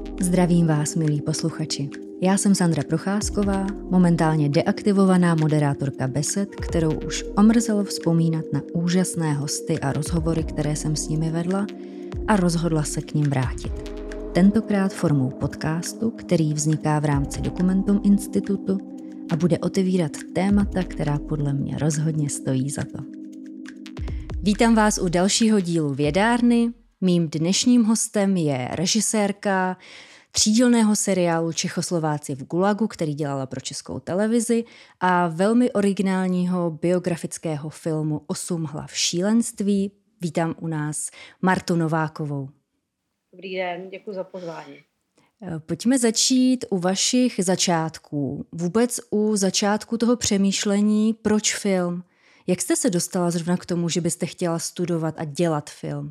Zdravím vás, milí posluchači. Já jsem Sandra Procházková, momentálně deaktivovaná moderátorka besed, kterou už omrzelo vzpomínat na úžasné hosty a rozhovory, které jsem s nimi vedla, a rozhodla se k nim vrátit. Tentokrát formou podcastu, který vzniká v rámci Dokumentum Institutu a bude otevírat témata, která podle mě rozhodně stojí za to. Vítám vás u dalšího dílu Vědárny. Mým dnešním hostem je režisérka třídílného seriálu Čechoslováci v Gulagu, který dělala pro Českou televizi, a velmi originálního biografického filmu 8 hlav šílenství. Vítám u nás Martu Novákovou. Dobrý den, děkuji za pozvání. Pojďme začít u vašich začátků. Vůbec u začátku toho přemýšlení, proč film? Jak jste se dostala zrovna k tomu, že byste chtěla studovat a dělat film?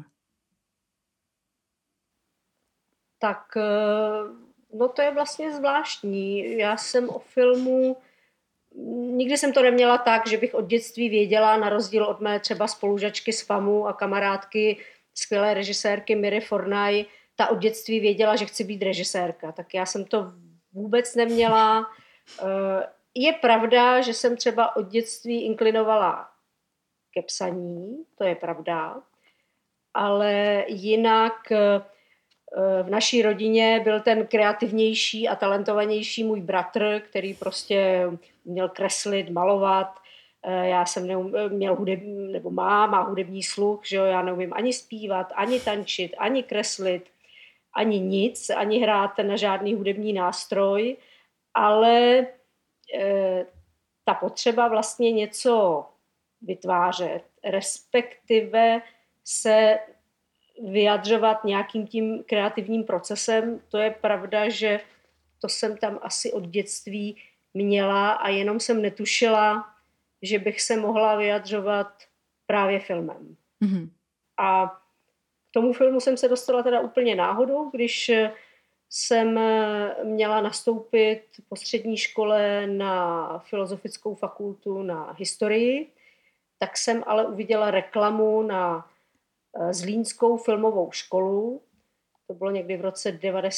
Tak, no to je vlastně zvláštní. Já jsem o filmu, nikdy jsem to neměla tak, že bych od dětství věděla, na rozdíl od mé třeba spolužačky z FAMu a kamarádky, skvělé režisérky Miry Fornaj, ta od dětství věděla, že chci být režisérka. Tak já jsem to vůbec neměla. Je pravda, že jsem třeba od dětství inklinovala ke psaní, to je pravda, ale jinak v naší rodině byl ten kreativnější a talentovanější můj bratr, který prostě měl kreslit, malovat. Já jsem měl má hudební sluch, že jo? Já neumím ani zpívat, ani tančit, ani kreslit, ani nic, ani hrát na žádný hudební nástroj, ale ta potřeba vlastně něco vytvářet, respektive se vyjadřovat nějakým tím kreativním procesem, to je pravda, že to jsem tam asi od dětství měla a jenom jsem netušila, že bych se mohla vyjadřovat právě filmem. Mm-hmm. A k tomu filmu jsem se dostala teda úplně náhodou, když jsem měla nastoupit po střední škole na filozofickou fakultu na historii, tak jsem ale uviděla reklamu na Zlínskou filmovou školu. To bylo někdy v roce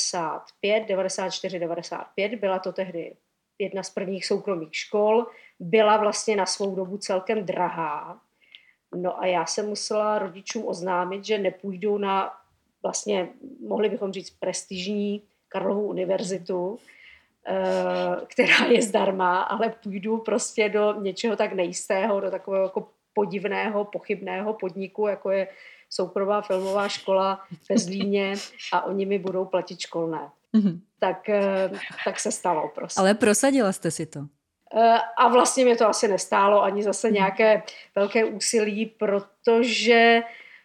94, 95. Byla to tehdy jedna z prvních soukromých škol. Byla vlastně na svou dobu celkem drahá. No a já jsem musela rodičům oznámit, že nepůjdu na vlastně, mohli bychom říct, prestižní Karlovu univerzitu, která je zdarma, ale půjdu prostě do něčeho tak nejistého, do takového jako podivného, pochybného podniku, jako je soukromá filmová škola ve Zlíně, a oni mi budou platit školné. Mm-hmm. Tak se stalo prostě. Ale prosadila jste si to. A vlastně mě to asi nestálo ani zase nějaké velké úsilí, protože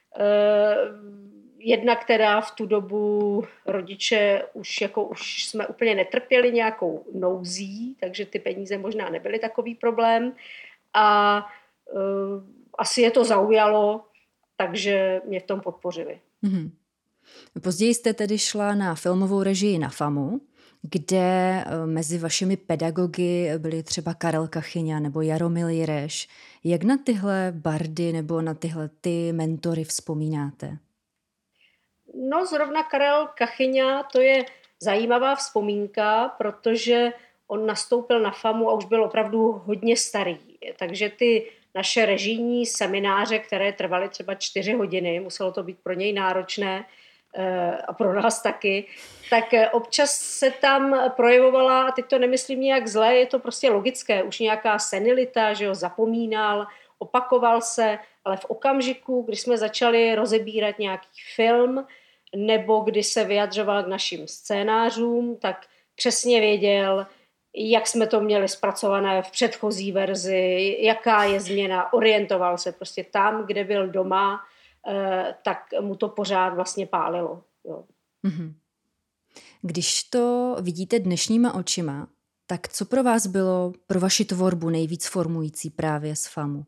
jednak teda v tu dobu rodiče už jsme úplně netrpěli nějakou nouzí, takže ty peníze možná nebyly takový problém a asi je to zaujalo, takže mě v tom podpořili. Mm-hmm. Později jste tedy šla na filmovou režii na FAMu, kde mezi vašimi pedagogy byli třeba Karel Kachyňa nebo Jaromil Jireš. Jak na tyhle bardy nebo na tyhle ty mentory vzpomínáte? No zrovna Karel Kachyňa, to je zajímavá vzpomínka, protože on nastoupil na FAMu a už byl opravdu hodně starý. Takže ty naše režijní semináře, které trvaly třeba 4 hodiny, muselo to být pro něj náročné a pro nás taky, tak občas se tam projevovala, a teď to nemyslím nějak zlé, je to prostě logické, už nějaká senilita, že ho zapomínal, opakoval se, ale v okamžiku, kdy jsme začali rozebírat nějaký film, nebo kdy se vyjadřoval k našim scénářům, tak přesně věděl, jak jsme to měli zpracované v předchozí verzi, jaká je změna, orientoval se prostě tam, kde byl doma, tak mu to pořád vlastně pálilo. Jo. Mm-hmm. Když to vidíte dnešníma očima, tak co pro vás bylo pro vaši tvorbu nejvíc formující právě z FAMu?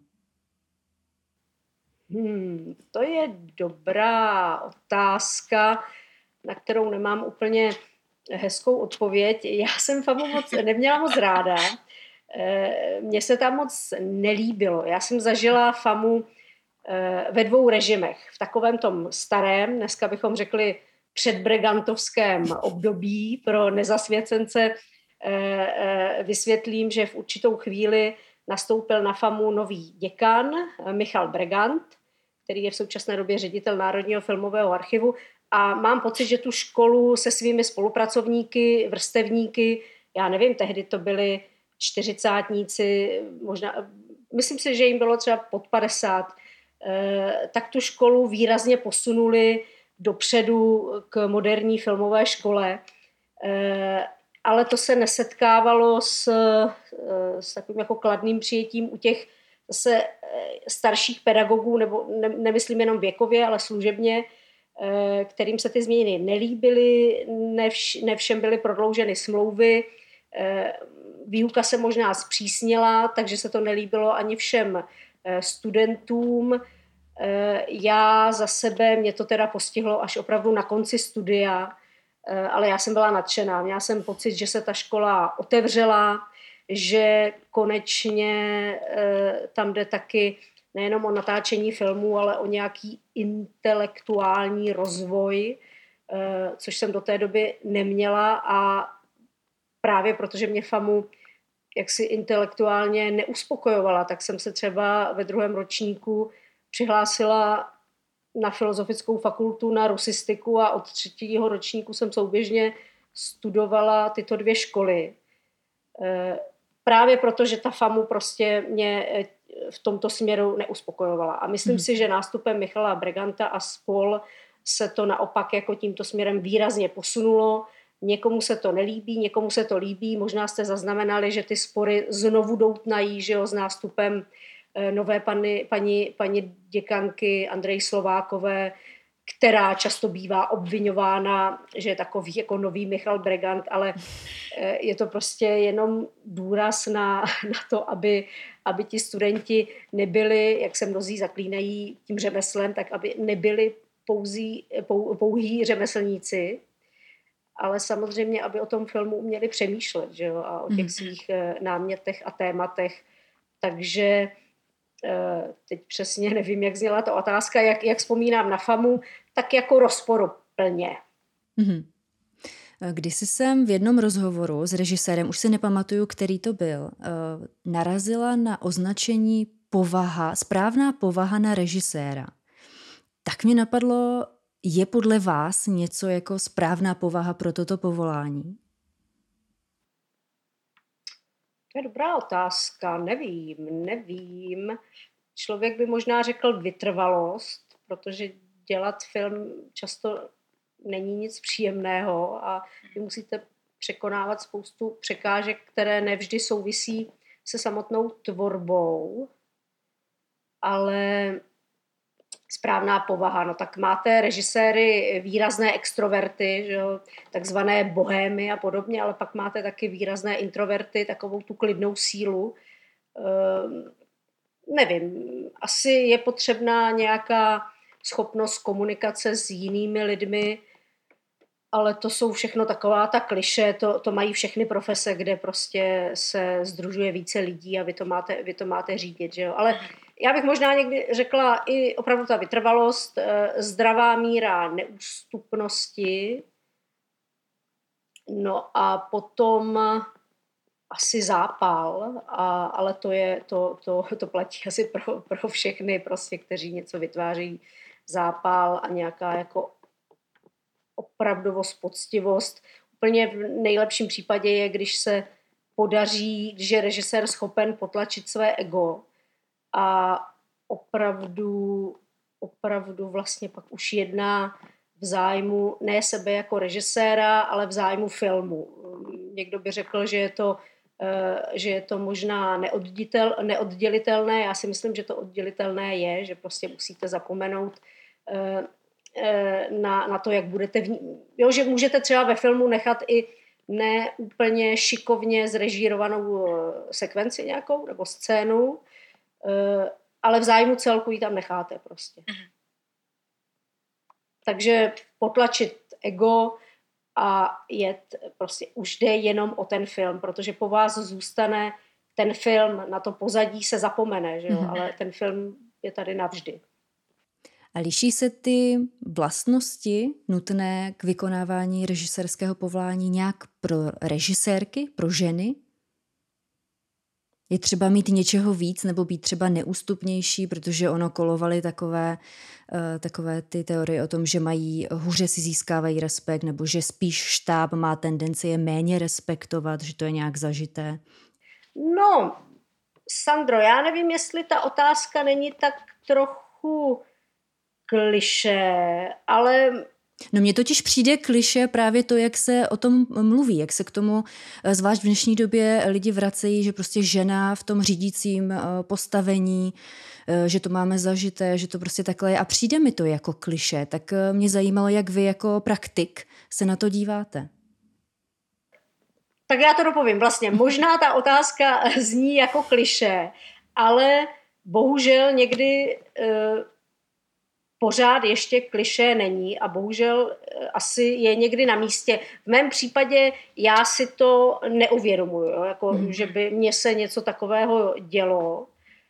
To je dobrá otázka, na kterou nemám úplně hezkou odpověď. Já jsem FAMu neměla moc ráda. Mně se tam moc nelíbilo. Já jsem zažila FAMu ve 2 režimech. V takovém tom starém, dneska bychom řekli předbregantovském období. Pro nezasvěcence vysvětlím, že v určitou chvíli nastoupil na FAMu nový děkan Michal Bregant, který je v současné době ředitel Národního filmového archivu, a mám pocit, že tu školu se svými spolupracovníky, vrstevníky, já nevím, tehdy to byli čtyřicátníci, možná, myslím si, že jim bylo třeba pod 50, tak tu školu výrazně posunuli dopředu k moderní filmové škole. Ale to se nesetkávalo s takovým jako kladným přijetím u těch zase starších pedagogů, nebo nemyslím jenom věkově, ale služebně, kterým se ty změny nelíbily, ne všem byly prodlouženy smlouvy, výuka se možná zpřísnila, takže se to nelíbilo ani všem studentům. Já za sebe, mě to teda postihlo až opravdu na konci studia, ale já jsem byla nadšená. Měla jsem pocit, že se ta škola otevřela, že konečně tam jde taky nejenom o natáčení filmů, ale o nějaký intelektuální rozvoj, což jsem do té doby neměla, a právě protože mě FAMu jaksi intelektuálně neuspokojovala, tak jsem se třeba ve 2. ročníku přihlásila na Filozofickou fakultu na rusistiku a od 3. ročníku jsem souběžně studovala tyto 2 školy. Právě proto, že ta FAMu prostě mě v tomto směru neuspokojovala. A myslím si, že nástupem Michala Breganta a spol se to naopak jako tímto směrem výrazně posunulo. Někomu se to nelíbí, někomu se to líbí. Možná jste zaznamenali, že ty spory znovu doutnají, že jo, s nástupem nové paní děkanky Andreji Slovákové, která často bývá obviňována, že je takový jako nový Michal Bregant, ale je to prostě jenom důraz na to, aby ti studenti nebyli, jak se mnozí zaklínají tím řemeslem, tak aby nebyli pouhí řemeslníci, ale samozřejmě, aby o tom filmu uměli přemýšlet, že jo, a o těch svých námětech a tématech. Takže teď přesně nevím, jak zněla ta otázka, jak vzpomínám na FAMu, tak jako rozporuplně. Kdysi jsem v jednom rozhovoru s režisérem, už si nepamatuju, který to byl, narazila na označení správná povaha na režiséra. Tak mě napadlo, je podle vás něco jako správná povaha pro toto povolání? To je dobrá otázka, nevím. Člověk by možná řekl vytrvalost, protože dělat film často není nic příjemného a vy musíte překonávat spoustu překážek, které nevždy souvisí se samotnou tvorbou, ale správná povaha. No tak máte režiséry výrazné extroverty, že jo, takzvané bohémy a podobně, ale pak máte taky výrazné introverty, takovou tu klidnou sílu. Nevím, asi je potřebná nějaká schopnost komunikace s jinými lidmi, ale to jsou všechno taková ta klišé, to mají všechny profese, kde prostě se sdružuje více lidí a vy to máte řídit, že jo. Ale já bych možná někdy řekla i opravdu ta vytrvalost, zdravá míra neústupnosti, no a potom asi zápal, ale to platí asi pro všechny, prostě, kteří něco vytváří, zápal a nějaká jako opravdovost, poctivost. Úplně v nejlepším případě je, když se podaří, když je režisér schopen potlačit své ego a opravdu vlastně pak už jedná v zájmu ne sebe jako režiséra, ale v zájmu filmu. Někdo by řekl, že je to možná neoddělitelné. Já si myslím, že to oddělitelné je, že prostě musíte zapomenout na to, jak budete že můžete třeba ve filmu nechat i neúplně šikovně zrežírovanou sekvenci nějakou nebo scénu, ale v zájmu celku ji tam necháte prostě. Takže potlačit ego a jet prostě už jde jenom o ten film, protože po vás zůstane ten film, na to pozadí se zapomene, že jo? Ale ten film je tady navždy. A liší se ty vlastnosti nutné k vykonávání režisérského povolání nějak pro režisérky, pro ženy? Je třeba mít něčeho víc nebo být třeba neústupnější, protože ono kolovaly takové ty teorie o tom, že mají hůře si získávají respekt nebo že spíš štáb má tendenci je méně respektovat, že to je nějak zažité. No, Sandro, já nevím, jestli ta otázka není tak trochu klišé, ale... No mně totiž přijde klišé právě to, jak se o tom mluví, jak se k tomu, zvlášť v dnešní době, lidi vracejí, že prostě žena v tom řídícím postavení, že to máme zažité, že to prostě takhle je. A přijde mi to jako klišé. Tak mě zajímalo, jak vy jako praktik se na to díváte. Tak já to dopovím. Vlastně možná ta otázka zní jako klišé, ale bohužel někdy pořád ještě klišé není a bohužel asi je někdy na místě. V mém případě já si to neuvědomuji, jo? Jako, že by mně se něco takového dělo.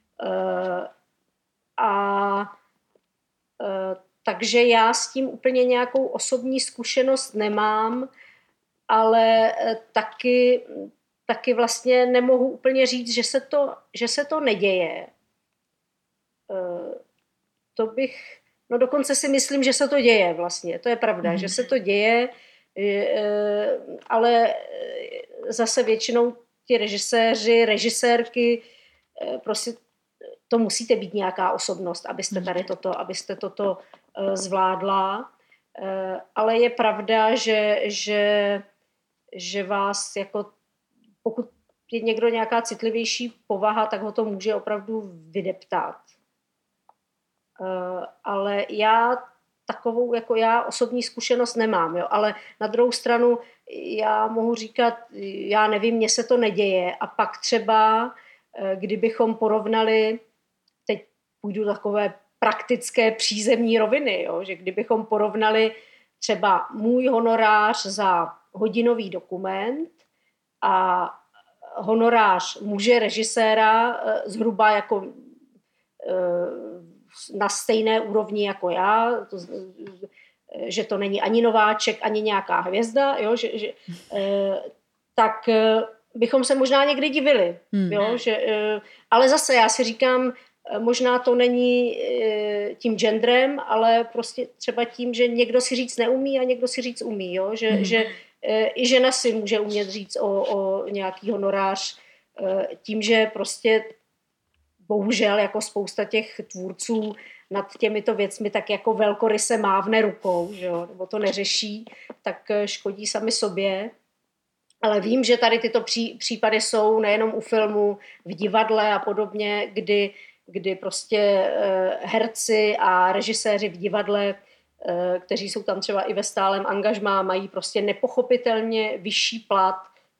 Takže já s tím úplně nějakou osobní zkušenost nemám, ale taky vlastně nemohu úplně říct, že se to neděje. To bych... No dokonce si myslím, že se to děje vlastně. To je pravda, že se to děje, ale zase většinou ti režiséři, režisérky, prostě to musíte být nějaká osobnost, abyste toto zvládla. Ale je pravda, že vás jako, pokud je někdo nějaká citlivější povaha, tak ho to může opravdu vydeptat. Ale já takovou, jako já osobní zkušenost nemám, jo? Ale na druhou stranu já mohu říkat, já nevím, mně se to neděje a pak třeba, kdybychom porovnali, teď půjdu takové praktické přízemní roviny, jo? Že kdybychom porovnali třeba můj honorář za hodinový dokument a honorář muže režiséra zhruba jako na stejné úrovni jako já, že to není ani nováček, ani nějaká hvězda, jo, tak bychom se možná někdy divili. Jo, ale zase já si říkám, možná to není tím genderem, ale prostě třeba tím, že někdo si říct neumí a někdo si říct umí. Jo, že i žena si může umět říct o nějaký honorář tím, že prostě bohužel jako spousta těch tvůrců nad těmito věcmi tak jako velkoryse mávne rukou, že jo, nebo to neřeší, tak škodí sami sobě. Ale vím, že tady tyto případy jsou nejenom u filmu, v divadle a podobně, kdy prostě herci a režiséři v divadle, kteří jsou tam třeba i ve stálem angažmá, mají prostě nepochopitelně vyšší plat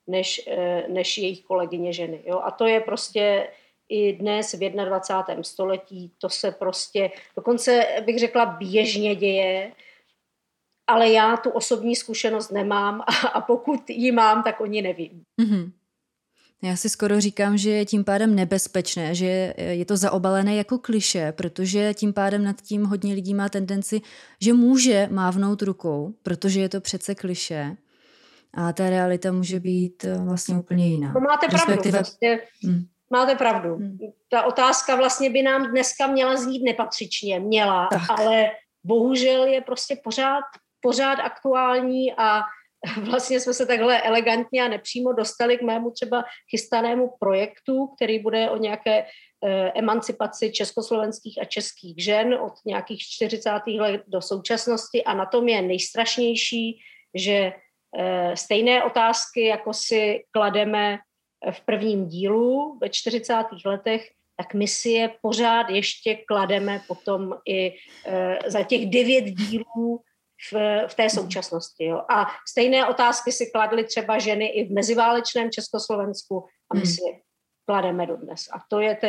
než jejich kolegyně ženy. Jo? A to je prostě i dnes v 21. století, to se prostě, dokonce bych řekla, běžně děje, ale já tu osobní zkušenost nemám a pokud ji mám, tak o ní nevím. Mm-hmm. Já si skoro říkám, že je tím pádem nebezpečné, že je to zaobalené jako klišé, protože tím pádem nad tím hodně lidí má tendenci, že může mávnout rukou, protože je to přece klišé. A ta realita může být vlastně úplně jiná. To máte pravdu. Vlastně, máte pravdu. Ta otázka vlastně by nám dneska měla znít nepatřičně. Ale bohužel je prostě pořád aktuální a vlastně jsme se takhle elegantně a nepřímo dostali k mému třeba chystanému projektu, který bude o nějaké emancipaci československých a českých žen od nějakých 40. let do současnosti a na tom je nejstrašnější, že stejné otázky, jako si klademe v prvním dílu ve 40. letech, tak my si je pořád ještě klademe potom i za těch 9 dílů v té současnosti. Jo. A stejné otázky si kladly třeba ženy i v meziválečném Československu a my si je klademe dodnes. A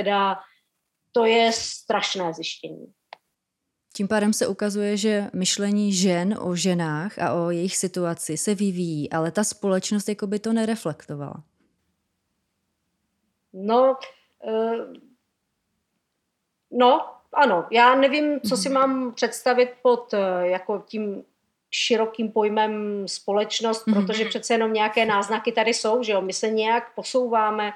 to je strašné zjištění. Tím pádem se ukazuje, že myšlení žen o ženách a o jejich situaci se vyvíjí, ale ta společnost jako by to nereflektovala. No, ano, já nevím, co si mám představit pod jako tím širokým pojmem společnost, protože přece jenom nějaké náznaky tady jsou, že jo, my se nějak posouváme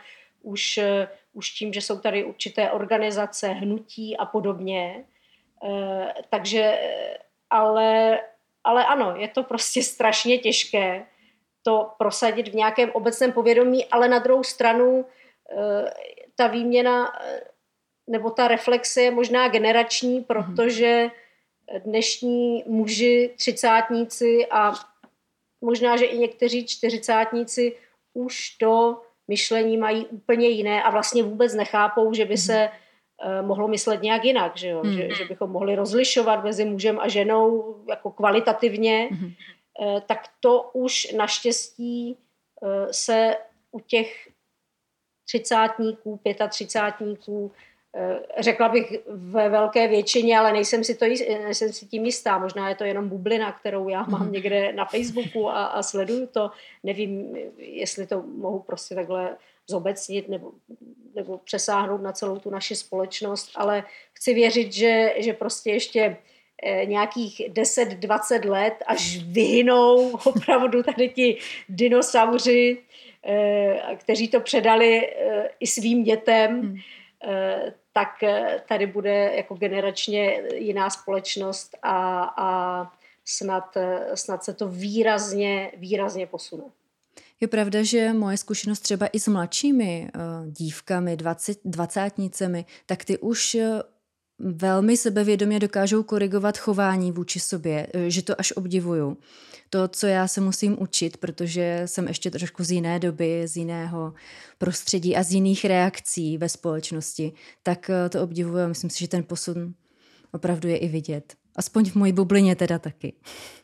už tím, že jsou tady určité organizace, hnutí a podobně, takže, ale ano, je to prostě strašně těžké to prosadit v nějakém obecném povědomí, ale na druhou stranu ta výměna nebo ta reflexe je možná generační, protože dnešní muži, třicátníci a možná, že i někteří čtyřicátníci už to myšlení mají úplně jiné a vlastně vůbec nechápou, že by se mohlo myslet nějak jinak, že, jo? Že bychom mohli rozlišovat mezi mužem a ženou jako kvalitativně, tak to už naštěstí se u těch třicátníků, 35, řekla bych ve velké většině, ale nejsem si tím jistá. Možná je to jenom bublina, kterou já mám někde na Facebooku a sleduju to. Nevím, jestli to mohu prostě takhle zobecnit nebo přesáhnout na celou tu naši společnost, ale chci věřit, že prostě ještě nějakých 10-20 let, až vyhynou opravdu tady ti dinosauři, kteří to předali i svým dětem, tak tady bude jako generačně jiná společnost a snad se to výrazně posune. Je pravda, že moje zkušenost třeba i s mladšími dívkami, dvacátnicemi, tak ty už velmi sebevědomě dokážou korigovat chování vůči sobě, že to až obdivuju. To, co já se musím učit, protože jsem ještě trošku z jiné doby, z jiného prostředí a z jiných reakcí ve společnosti, tak to obdivuju. Myslím si, že ten posun opravdu je i vidět. Aspoň v mojí bublině teda taky.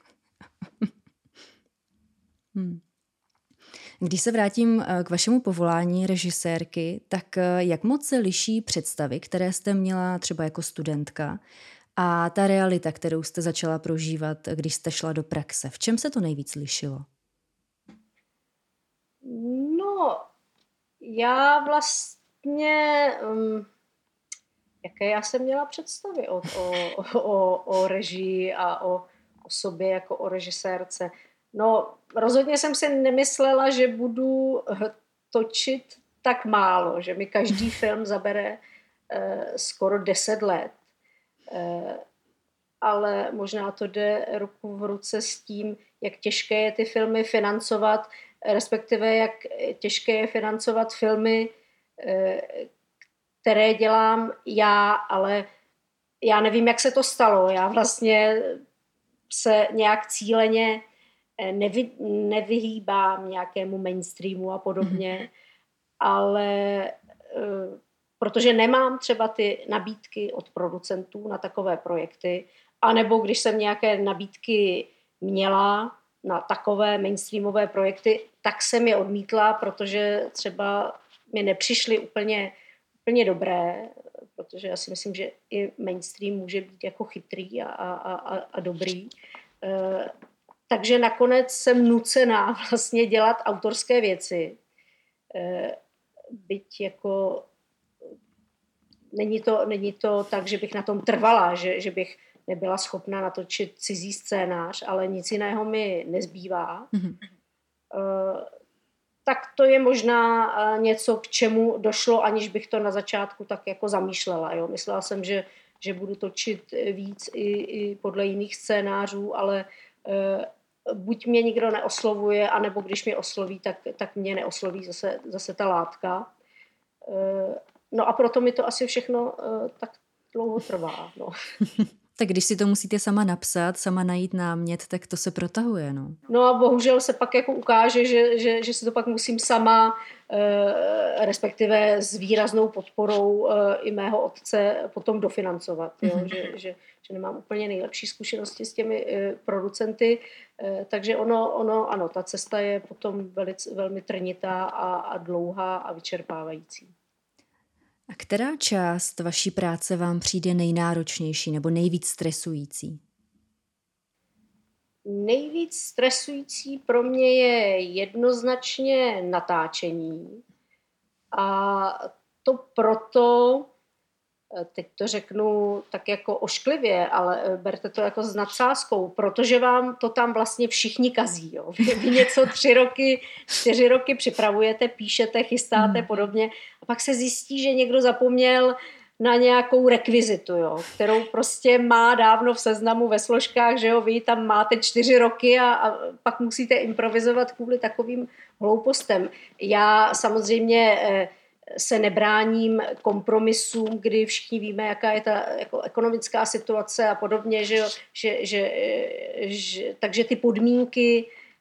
Když se vrátím k vašemu povolání režisérky, tak jak moc se liší představy, které jste měla třeba jako studentka, a ta realita, kterou jste začala prožívat, když jste šla do praxe? V čem se to nejvíc lišilo? No, já vlastně... jaké já jsem měla představy o režii a o sobě jako o režisérce? No, rozhodně jsem si nemyslela, že budu točit tak málo, že mi každý film zabere skoro 10 let. Ale možná to jde ruku v ruce s tím, jak těžké je ty filmy financovat, respektive jak těžké je financovat filmy, které dělám já, ale já nevím, jak se to stalo. Já vlastně se nějak cíleně nevyhýbám nějakému mainstreamu a podobně, ale protože nemám třeba ty nabídky od producentů na takové projekty, anebo když jsem nějaké nabídky měla na takové mainstreamové projekty, tak jsem je odmítla, protože třeba mi nepřišly úplně dobré, protože já si myslím, že i mainstream může být jako chytrý a dobrý. Takže nakonec jsem nucená vlastně dělat autorské věci. Byť jako není to tak, že bych na tom trvala, že bych nebyla schopna natočit cizí scénář, ale nic jiného mi nezbývá. Tak to je možná něco, k čemu došlo, aniž bych to na začátku tak jako zamýšlela. Jo? Myslela jsem, že budu točit víc i podle jiných scénářů, ale buď mě nikdo neoslovuje, anebo když mě osloví, tak mě neosloví zase ta látka. No a proto mi to asi všechno tak dlouho trvá. No. Tak když si to musíte sama napsat, sama najít námět, tak to se protahuje, no. No a bohužel se pak jako ukáže, že si to pak musím sama, respektive s výraznou podporou i mého otce potom dofinancovat. Jo? Že nemám úplně nejlepší zkušenosti s těmi producenty, takže ono, ano, ta cesta je potom velmi trnitá a dlouhá a vyčerpávající. A která část vaší práce vám přijde nejnáročnější nebo nejvíc stresující? Nejvíc stresující pro mě je jednoznačně natáčení. A to proto, teď to řeknu tak jako ošklivě, ale berte to jako s nadsázkou, protože vám to tam vlastně všichni kazí. Jo. Vy něco 3 roky, 4 roky připravujete, píšete, chystáte podobně a pak se zjistí, že někdo zapomněl na nějakou rekvizitu, jo, kterou prostě má dávno v seznamu ve složkách, že jo, vy tam máte 4 roky a pak musíte improvizovat kvůli takovým hloupostem. Já samozřejmě se nebráním kompromisům, kdy všichni víme, jaká je ta jako ekonomická situace a podobně, takže ty podmínky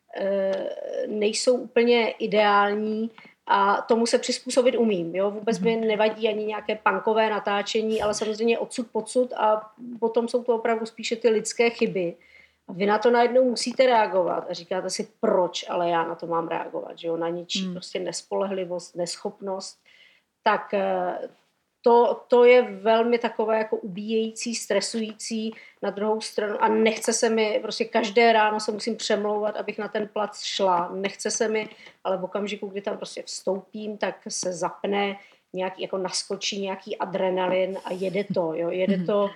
nejsou úplně ideální a tomu se přizpůsobit umím. Jo? Vůbec mi nevadí ani nějaké punkové natáčení, ale samozřejmě odsud pocud a potom jsou to opravdu spíše ty lidské chyby. A vy na to najednou musíte reagovat a říkáte si, proč, ale já na to mám reagovat, že jo? Na něčí prostě nespolehlivost, neschopnost. Tak to je velmi takové jako ubíjející, stresující na druhou stranu a nechce se mi, prostě každé ráno se musím přemlouvat, abych na ten plac šla. Nechce se mi, ale v okamžiku, kdy tam prostě vstoupím, tak se zapne nějaký, jako naskočí nějaký adrenalin a jede to, jo, jede to,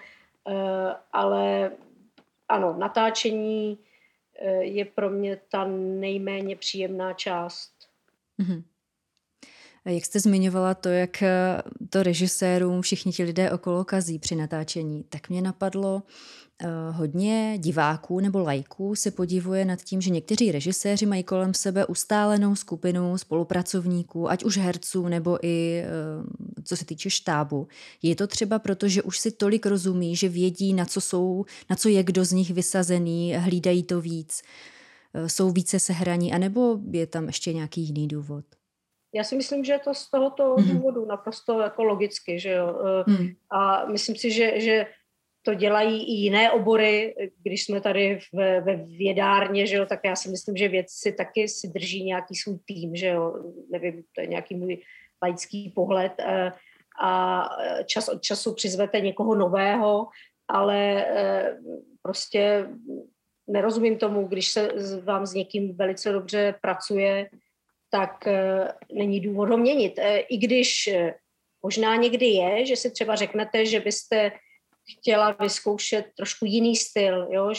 ale ano, natáčení je pro mě ta nejméně příjemná část. Mm-hmm. Jak jste zmiňovala to, jak to režisérům všichni ti lidé okolo kazí při natáčení, tak mě napadlo, hodně diváků nebo laiků se podivuje nad tím, že někteří režiséři mají kolem sebe ustálenou skupinu spolupracovníků, ať už herců nebo i co se týče štábu. Je to třeba proto, že už si tolik rozumí, že vědí, na co je kdo z nich vysazený, hlídají to víc, jsou více sehraní, anebo je tam ještě nějaký jiný důvod? Já si myslím, že je to z tohoto důvodu naprosto jako logicky, že jo. A myslím si, že to dělají i jiné obory, když jsme tady ve vědárně, že jo, tak já si myslím, že vědci taky si drží nějaký svůj tým, že jo, nevím, to je nějaký můj laický pohled a čas od času přizvete někoho nového, ale prostě nerozumím tomu, když se vám s někým velice dobře pracuje, tak není důvod ho měnit. I když možná někdy je, že si třeba řeknete, že byste chtěla vyzkoušet trošku jiný styl, jo?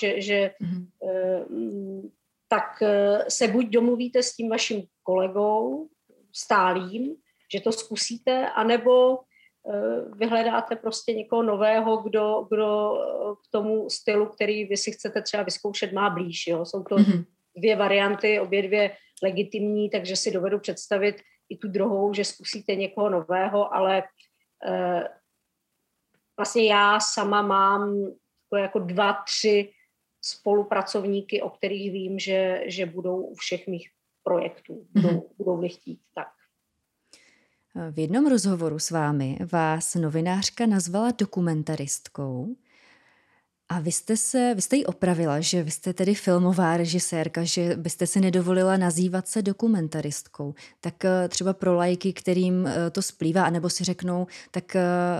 Tak se buď domluvíte s tím vaším kolegou stálým, že to zkusíte, anebo vyhledáte prostě někoho nového, kdo k tomu stylu, který vy si chcete třeba vyzkoušet, má blíž. Jo? Jsou to 2 varianty, obě 2 legitimní, takže si dovedu představit i tu druhou, že zkusíte někoho nového, ale vlastně já sama mám jako 2-3 spolupracovníky, o kterých vím, že budou u všech mých projektů, budou chtít. Tak. V jednom rozhovoru s vámi vás novinářka nazvala dokumentaristkou. A vy jste ji opravila, že vy jste tedy filmová režisérka, že byste si nedovolila nazývat se dokumentaristkou. Tak třeba pro laiky, kterým to splývá, anebo si řeknou, tak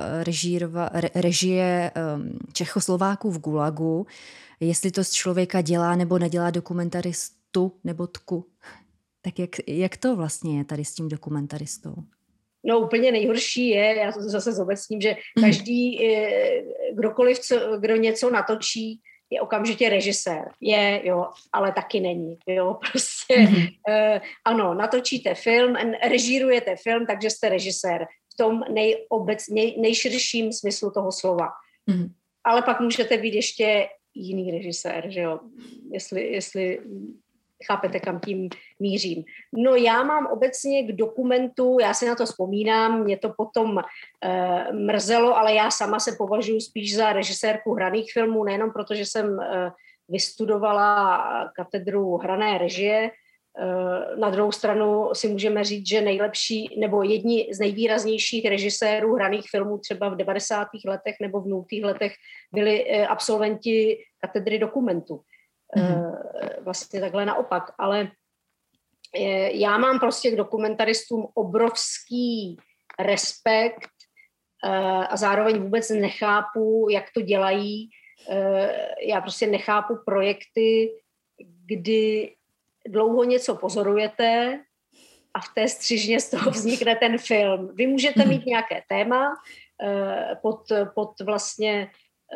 režie Čechoslováků v Gulagu, jestli to z člověka dělá nebo nedělá dokumentaristu nebo tku. Tak jak to vlastně je tady s tím dokumentaristou? No úplně nejhorší je, já to zase zobecním, že každý, kdokoliv, kdo něco natočí, je okamžitě režisér. Je, jo, ale taky není. Jo, prostě, ano, natočíte film, režírujete film, takže jste režisér. V tom nejširším smyslu toho slova. Ale pak můžete být ještě jiný režisér, že jo, jestli chápete, kam tím mířím. No já mám obecně k dokumentu, já si na to vzpomínám, mě to potom mrzelo, ale já sama se považuji spíš za režisérku hraných filmů, nejenom proto, že jsem vystudovala katedru hrané režie. Na druhou stranu si můžeme říct, že nejlepší nebo jedni z nejvýraznějších režisérů hraných filmů třeba v 90. letech nebo v 0. letech byli absolventi katedry dokumentu. Vlastně takhle naopak, ale já mám prostě k dokumentaristům obrovský respekt a zároveň vůbec nechápu, jak to dělají. Já prostě nechápu projekty, kdy dlouho něco pozorujete a v té střižně z toho vznikne ten film. Vy můžete mít nějaké téma, pod vlastně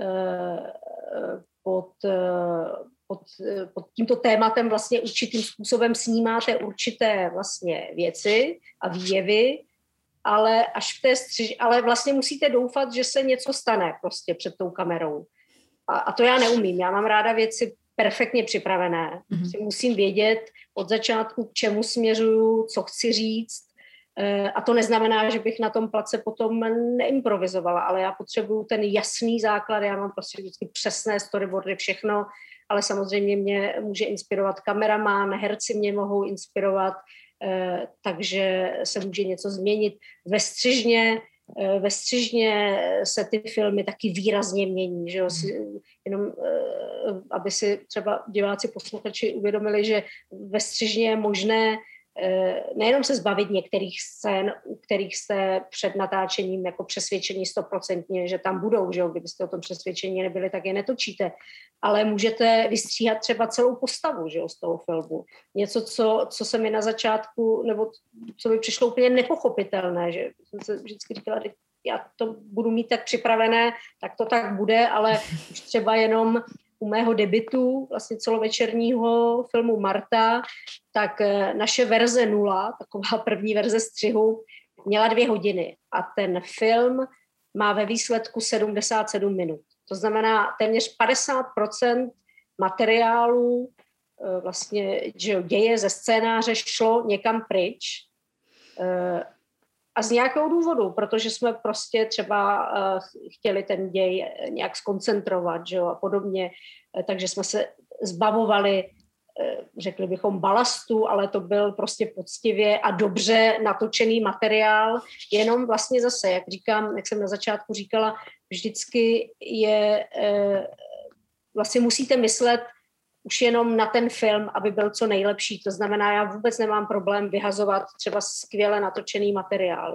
pod tímto tématem vlastně určitým způsobem snímáte určité vlastně věci a výjevy, ale až v té ale vlastně musíte doufat, že se něco stane prostě před tou kamerou. A to já neumím. Já mám ráda věci perfektně připravené. Musím vědět od začátku, k čemu směřuju, co chci říct. A to neznamená, že bych na tom place potom neimprovizovala, ale já potřebuju ten jasný základ, já mám prostě vždycky přesné storyboardy, všechno, ale samozřejmě mě může inspirovat kameraman, herci mě mohou inspirovat, takže se může něco změnit. Ve střižně se ty filmy taky výrazně mění, že jo? Jenom aby si třeba diváci, posluchači uvědomili, že ve střižně je možné nejenom se zbavit některých scén, u kterých jste před natáčením jako přesvědčení 100%, že tam budou, že jo? Kdybyste o tom přesvědčení nebyli, tak je netočíte, ale můžete vystříhat třeba celou postavu, že jo, z toho filmu. Něco, co se mi na začátku, nebo co mi přišlo úplně nepochopitelné, že jsem se vždycky říkala, že já to budu mít tak připravené, tak to tak bude, ale už třeba jenom u mého debutu, vlastně celovečerního filmu Marta, tak naše verze 0, taková první verze střihu, měla 2 hodiny a ten film má ve výsledku 77 minut. To znamená, téměř 50% materiálu vlastně, že děje ze scénáře šlo někam pryč a z nějakého důvodu, protože jsme prostě třeba chtěli ten děj nějak zkoncentrovat, že jo, a podobně, takže jsme se zbavovali, řekli bychom, balastu, ale to byl prostě poctivě a dobře natočený materiál, jenom vlastně zase, jak jsem na začátku říkala, vždycky je, vlastně musíte myslet už jenom na ten film, aby byl co nejlepší. To znamená, já vůbec nemám problém vyhazovat třeba skvěle natočený materiál.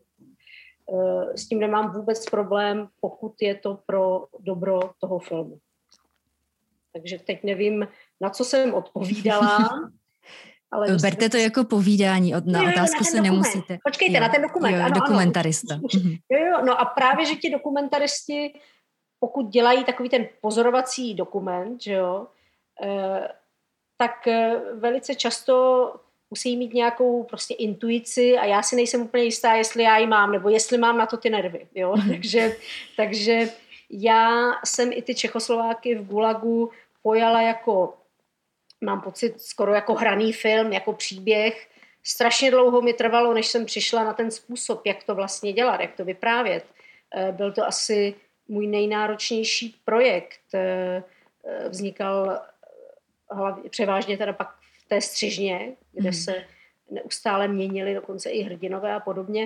S tím nemám vůbec problém, pokud je to pro dobro toho filmu. Takže teď nevím, na co jsem odpovídala. Ale berte to jako povídání, na otázku se nemusíte. Počkejte, na ten dokument. Ano, dokumentarista. Ano. Jo, no a právě, že ti dokumentaristi, pokud dělají takový ten pozorovací dokument, že jo, tak velice často musí mít nějakou prostě intuici a já si nejsem úplně jistá, jestli já ji mám, nebo jestli mám na to ty nervy. Jo? Takže já jsem i ty Čechoslováky v Gulagu pojala jako, mám pocit, skoro jako hraný film, jako příběh. Strašně dlouho mi trvalo, než jsem přišla na ten způsob, jak to vlastně dělat, jak to vyprávět. Byl to asi můj nejnáročnější projekt. Vznikal převážně teda pak v té střižně, kde se neustále měnili dokonce i hrdinové a podobně.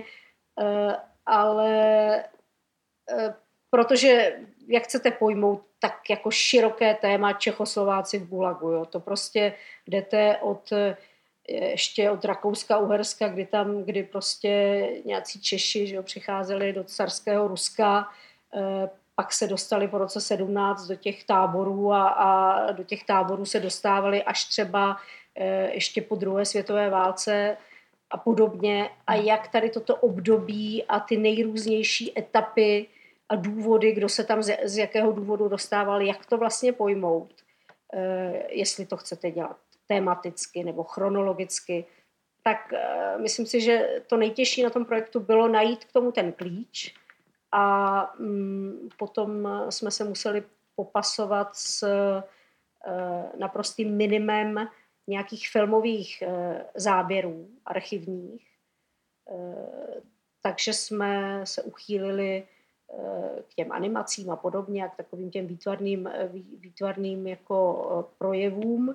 Ale protože, jak chcete pojmout, tak jako široké téma Čechoslováci v Gulagu. Jo? To prostě jdete ještě od Rakouska, Uherska, kdy prostě nějací Češi, že jo, přicházeli do carského Ruska, pak se dostali po roce 17 do těch táborů a do těch táborů se dostávali až třeba ještě po druhé světové válce a podobně. A jak tady toto období a ty nejrůznější etapy a důvody, kdo se tam z jakého důvodu dostával, jak to vlastně pojmout, jestli to chcete dělat tematicky nebo chronologicky, tak myslím si, že to nejtěžší na tom projektu bylo najít k tomu ten klíč a potom jsme se museli popasovat s naprostým minimem nějakých filmových záběrů archivních, takže jsme se uchýlili k těm animacím a podobně a k takovým těm výtvarným jako projevům.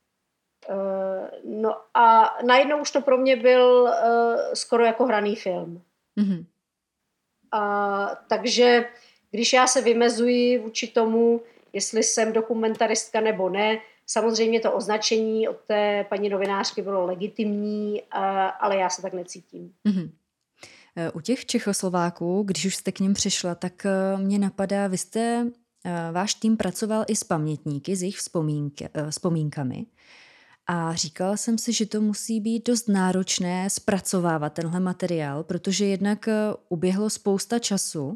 No a najednou už to pro mě byl skoro jako hraný film. Mm-hmm. Takže když já se vymezuji vůči tomu, jestli jsem dokumentaristka nebo ne, samozřejmě to označení od té paní novinářky bylo legitimní, ale já se tak necítím. Mm-hmm. U těch Čechoslováků, když už jste k nim přišla, tak mě napadá, váš tým pracoval i s pamětníky, s jejich vzpomínkami. A říkala jsem si, že to musí být dost náročné zpracovávat tenhle materiál, protože jednak uběhlo spousta času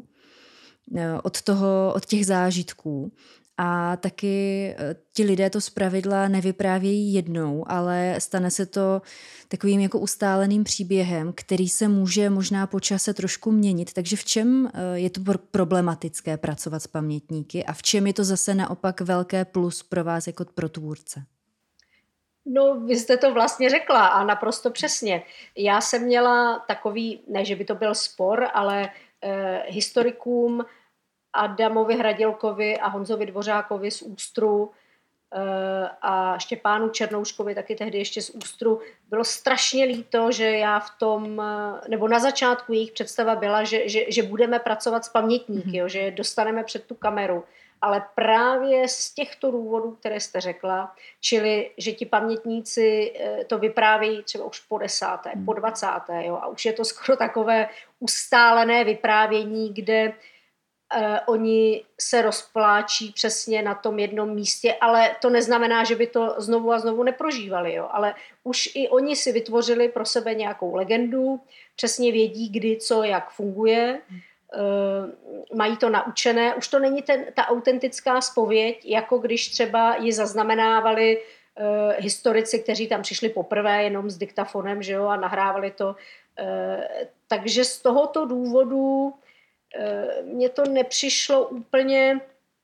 od těch zážitků a taky ti lidé to zpravidla nevyprávějí jednou, ale stane se to takovým jako ustáleným příběhem, který se může možná po čase trošku měnit. Takže v čem je to problematické pracovat s pamětníky a v čem je to zase naopak velké plus pro vás jako pro tvůrce? No, vy jste to vlastně řekla a naprosto přesně. Já jsem měla takový, ne, že by to byl spor, ale historikům Adamovi Hradilkovi a Honzovi Dvořákovi z Ústru a Štěpánu Černouškovi taky tehdy ještě z Ústru bylo strašně líto, že já v tom, nebo na začátku jejich představa byla, že budeme pracovat s pamětníky, jo, že je dostaneme před tu kameru. Ale právě z těchto důvodů, které jste řekla, čili, že ti pamětníci to vyprávějí třeba už po 10., po 20. Jo, a už je to skoro takové ustálené vyprávění, kde oni se rozpláčí přesně na tom jednom místě, ale to neznamená, že by to znovu a znovu neprožívali. Jo, ale už i oni si vytvořili pro sebe nějakou legendu, přesně vědí, kdy, co, jak funguje, mají to naučené. Už to není ta autentická zpověď, jako když třeba ji zaznamenávali historici, kteří tam přišli poprvé jenom s diktafonem, že jo, a nahrávali to. Takže z tohoto důvodu mně to nepřišlo úplně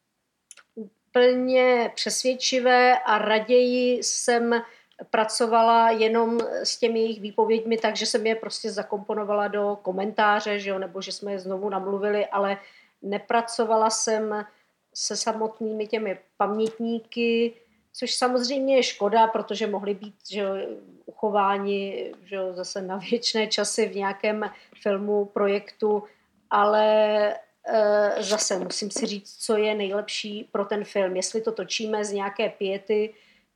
přesvědčivé a raději jsem pracovala jenom s těmi jejich výpověďmi, takže jsem je prostě zakomponovala do komentáře, že jo, nebo že jsme je znovu namluvili, ale nepracovala jsem se samotnými těmi pamětníky, což samozřejmě je škoda, protože mohli být, že jo, uchováni, že jo, zase na věčné časy v nějakém filmu, projektu, ale zase musím si říct, co je nejlepší pro ten film. Jestli to točíme z nějaké piety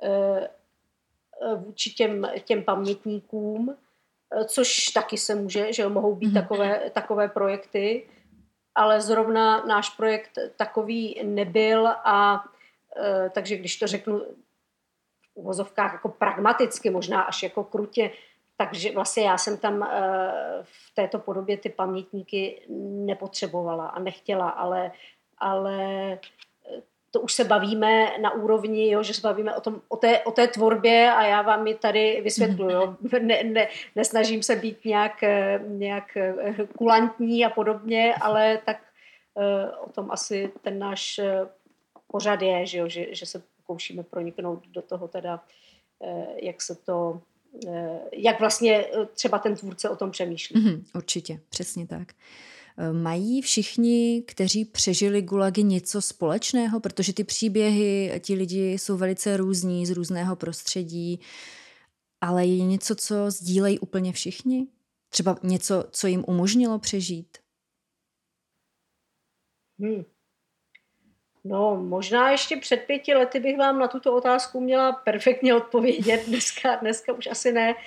vůči těm pamětníkům, což taky se může, že mohou být takové projekty, ale zrovna náš projekt takový nebyl a takže když to řeknu v uvozovkách jako pragmaticky, možná až jako krutě, takže vlastně já jsem tam v této podobě ty pamětníky nepotřebovala a nechtěla, ale to už se bavíme na úrovni, jo, že se bavíme o té tvorbě a já vám ji tady vysvětluji. Jo. Nesnažím se být nějak kulantní a podobně, ale tak o tom asi ten náš pořad je, že se pokoušíme proniknout do toho teda, jak vlastně třeba ten tvůrce o tom přemýšlí. Určitě, přesně tak. Mají všichni, kteří přežili gulagy, něco společného? Protože ty příběhy, ti lidi jsou velice různí, z různého prostředí, ale je něco, co sdílejí úplně všichni? Třeba něco, co jim umožnilo přežít? No, možná ještě před 5 lety bych vám na tuto otázku měla perfektně odpovědět. Dneska už asi ne.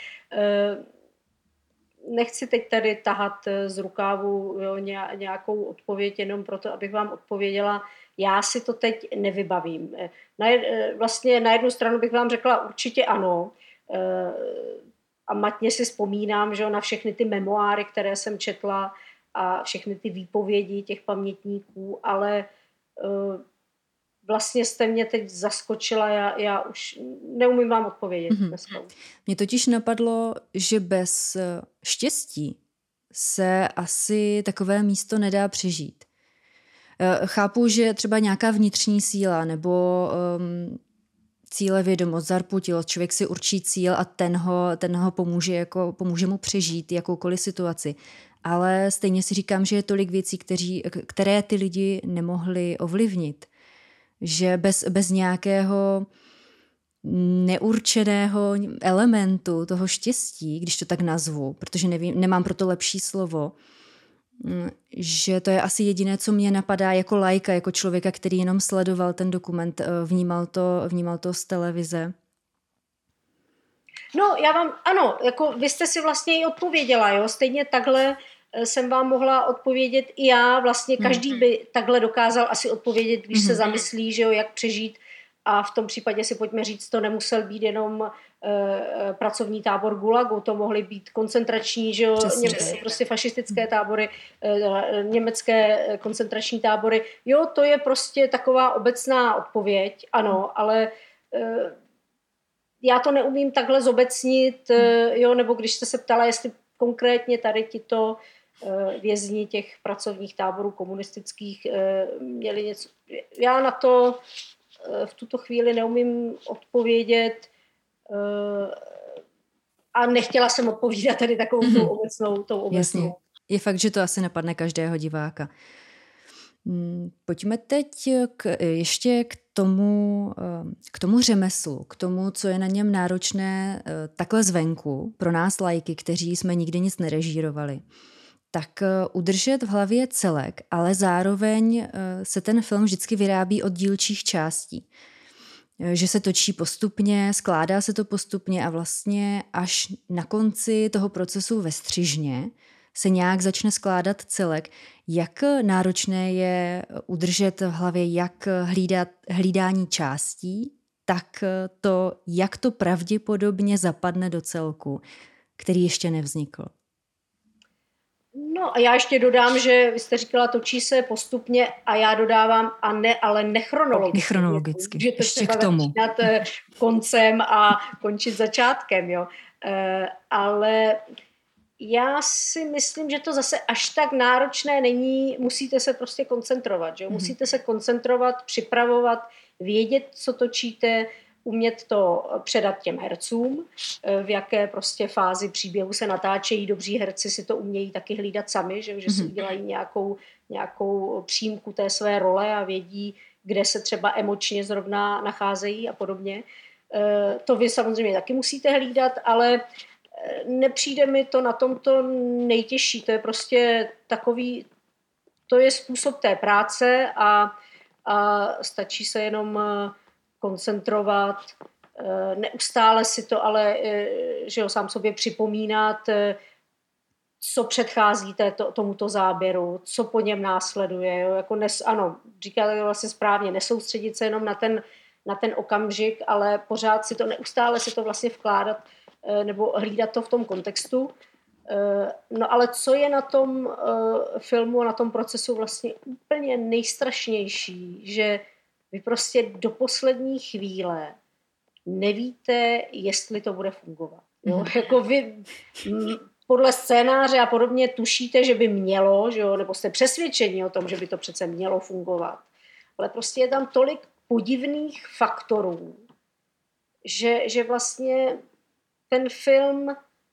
Nechci teď tady tahat z rukávu, jo, nějakou odpověď jenom proto, abych vám odpověděla. Já si to teď nevybavím. Vlastně na jednu stranu bych vám řekla určitě ano. A matně si vzpomínám, že na všechny ty memoáry, které jsem četla a všechny ty výpovědi těch pamětníků, ale vlastně jste mě teď zaskočila, já už neumím vám odpovědět dneska. Mně totiž napadlo, že bez štěstí se asi takové místo nedá přežít. Chápu, že třeba nějaká vnitřní síla nebo cílevědomost, zarputilost, člověk si určí cíl a ten ho pomůže mu přežít jakoukoliv situaci. Ale stejně si říkám, že je tolik věcí, které ty lidi nemohli ovlivnit. Že bez nějakého neurčeného elementu toho štěstí, když to tak nazvu, protože nemám pro to lepší slovo, že to je asi jediné, co mě napadá jako laika, jako člověka, který jenom sledoval ten dokument, vnímal to z televize. No, ano, jako vy jste si vlastně i odpověděla, jo, stejně takhle jsem vám mohla odpovědět i já, vlastně každý by takhle dokázal asi odpovědět, když se zamyslí, že jo, jak přežít, a v tom případě si pojďme říct, to nemusel být jenom pracovní tábor Gulagu, to mohly být koncentrační, že jo, prostě fašistické tábory, německé koncentrační tábory. Jo, to je prostě taková obecná odpověď, ano, ale já to neumím takhle zobecnit, jo, nebo když jste se ptala, jestli konkrétně tady tito vězni těch pracovních táborů komunistických měli něco. Já na to v tuto chvíli neumím odpovědět a nechtěla jsem odpovídat tady takovou tou obecnou. Jasně. Je fakt, že to asi napadne každého diváka. Pojďme teď ještě k tomu řemeslu, k tomu, co je na něm náročné takhle zvenku, pro nás laiky, kteří jsme nikdy nic nerežírovali. Tak udržet v hlavě celek, ale zároveň se ten film vždycky vyrábí od dílčích částí. Že se točí postupně, skládá se to postupně a vlastně až na konci toho procesu ve střižně se nějak začne skládat celek. Jak náročné je udržet v hlavě jak hlídání částí, tak to, jak to pravděpodobně zapadne do celku, který ještě nevznikl. No a já ještě dodám, že vy jste říkala, točí se postupně a já dodávám, ale nechronologicky. Nechronologicky, že to ještě k tomu. Začínat koncem a končit začátkem, jo. Ale já si myslím, že to zase až tak náročné není, musíte se prostě koncentrovat, že? Musíte se koncentrovat, připravovat, vědět, co točíte, umět to předat těm hercům, v jaké prostě fázi příběhu se natáčejí. Dobří herci si to umějí taky hlídat sami, že si udělají nějakou přímku té své role a vědí, kde se třeba emočně zrovna nacházejí a podobně. To vy samozřejmě taky musíte hlídat, ale nepřijde mi to na tomto nejtěžší. To je prostě takový, to je způsob té práce a stačí se jenom koncentrovat, neustále si to ale, že jo, sám sobě připomínat, co předchází tomuto záběru, co po něm následuje. Jo? Jako ano, říkáte to vlastně správně, nesoustředit se jenom na ten okamžik, ale pořád si to, neustále si to vlastně vkládat nebo hlídat to v tom kontextu. No ale co je na tom filmu a na tom procesu vlastně úplně nejstrašnější, že vy prostě do poslední chvíle nevíte, jestli to bude fungovat. Jo? Jako vy podle scénáře a podobně tušíte, že by mělo, že jo? Nebo jste přesvědčeni o tom, že by to přece mělo fungovat. Ale prostě je tam tolik podivných faktorů, že vlastně ten film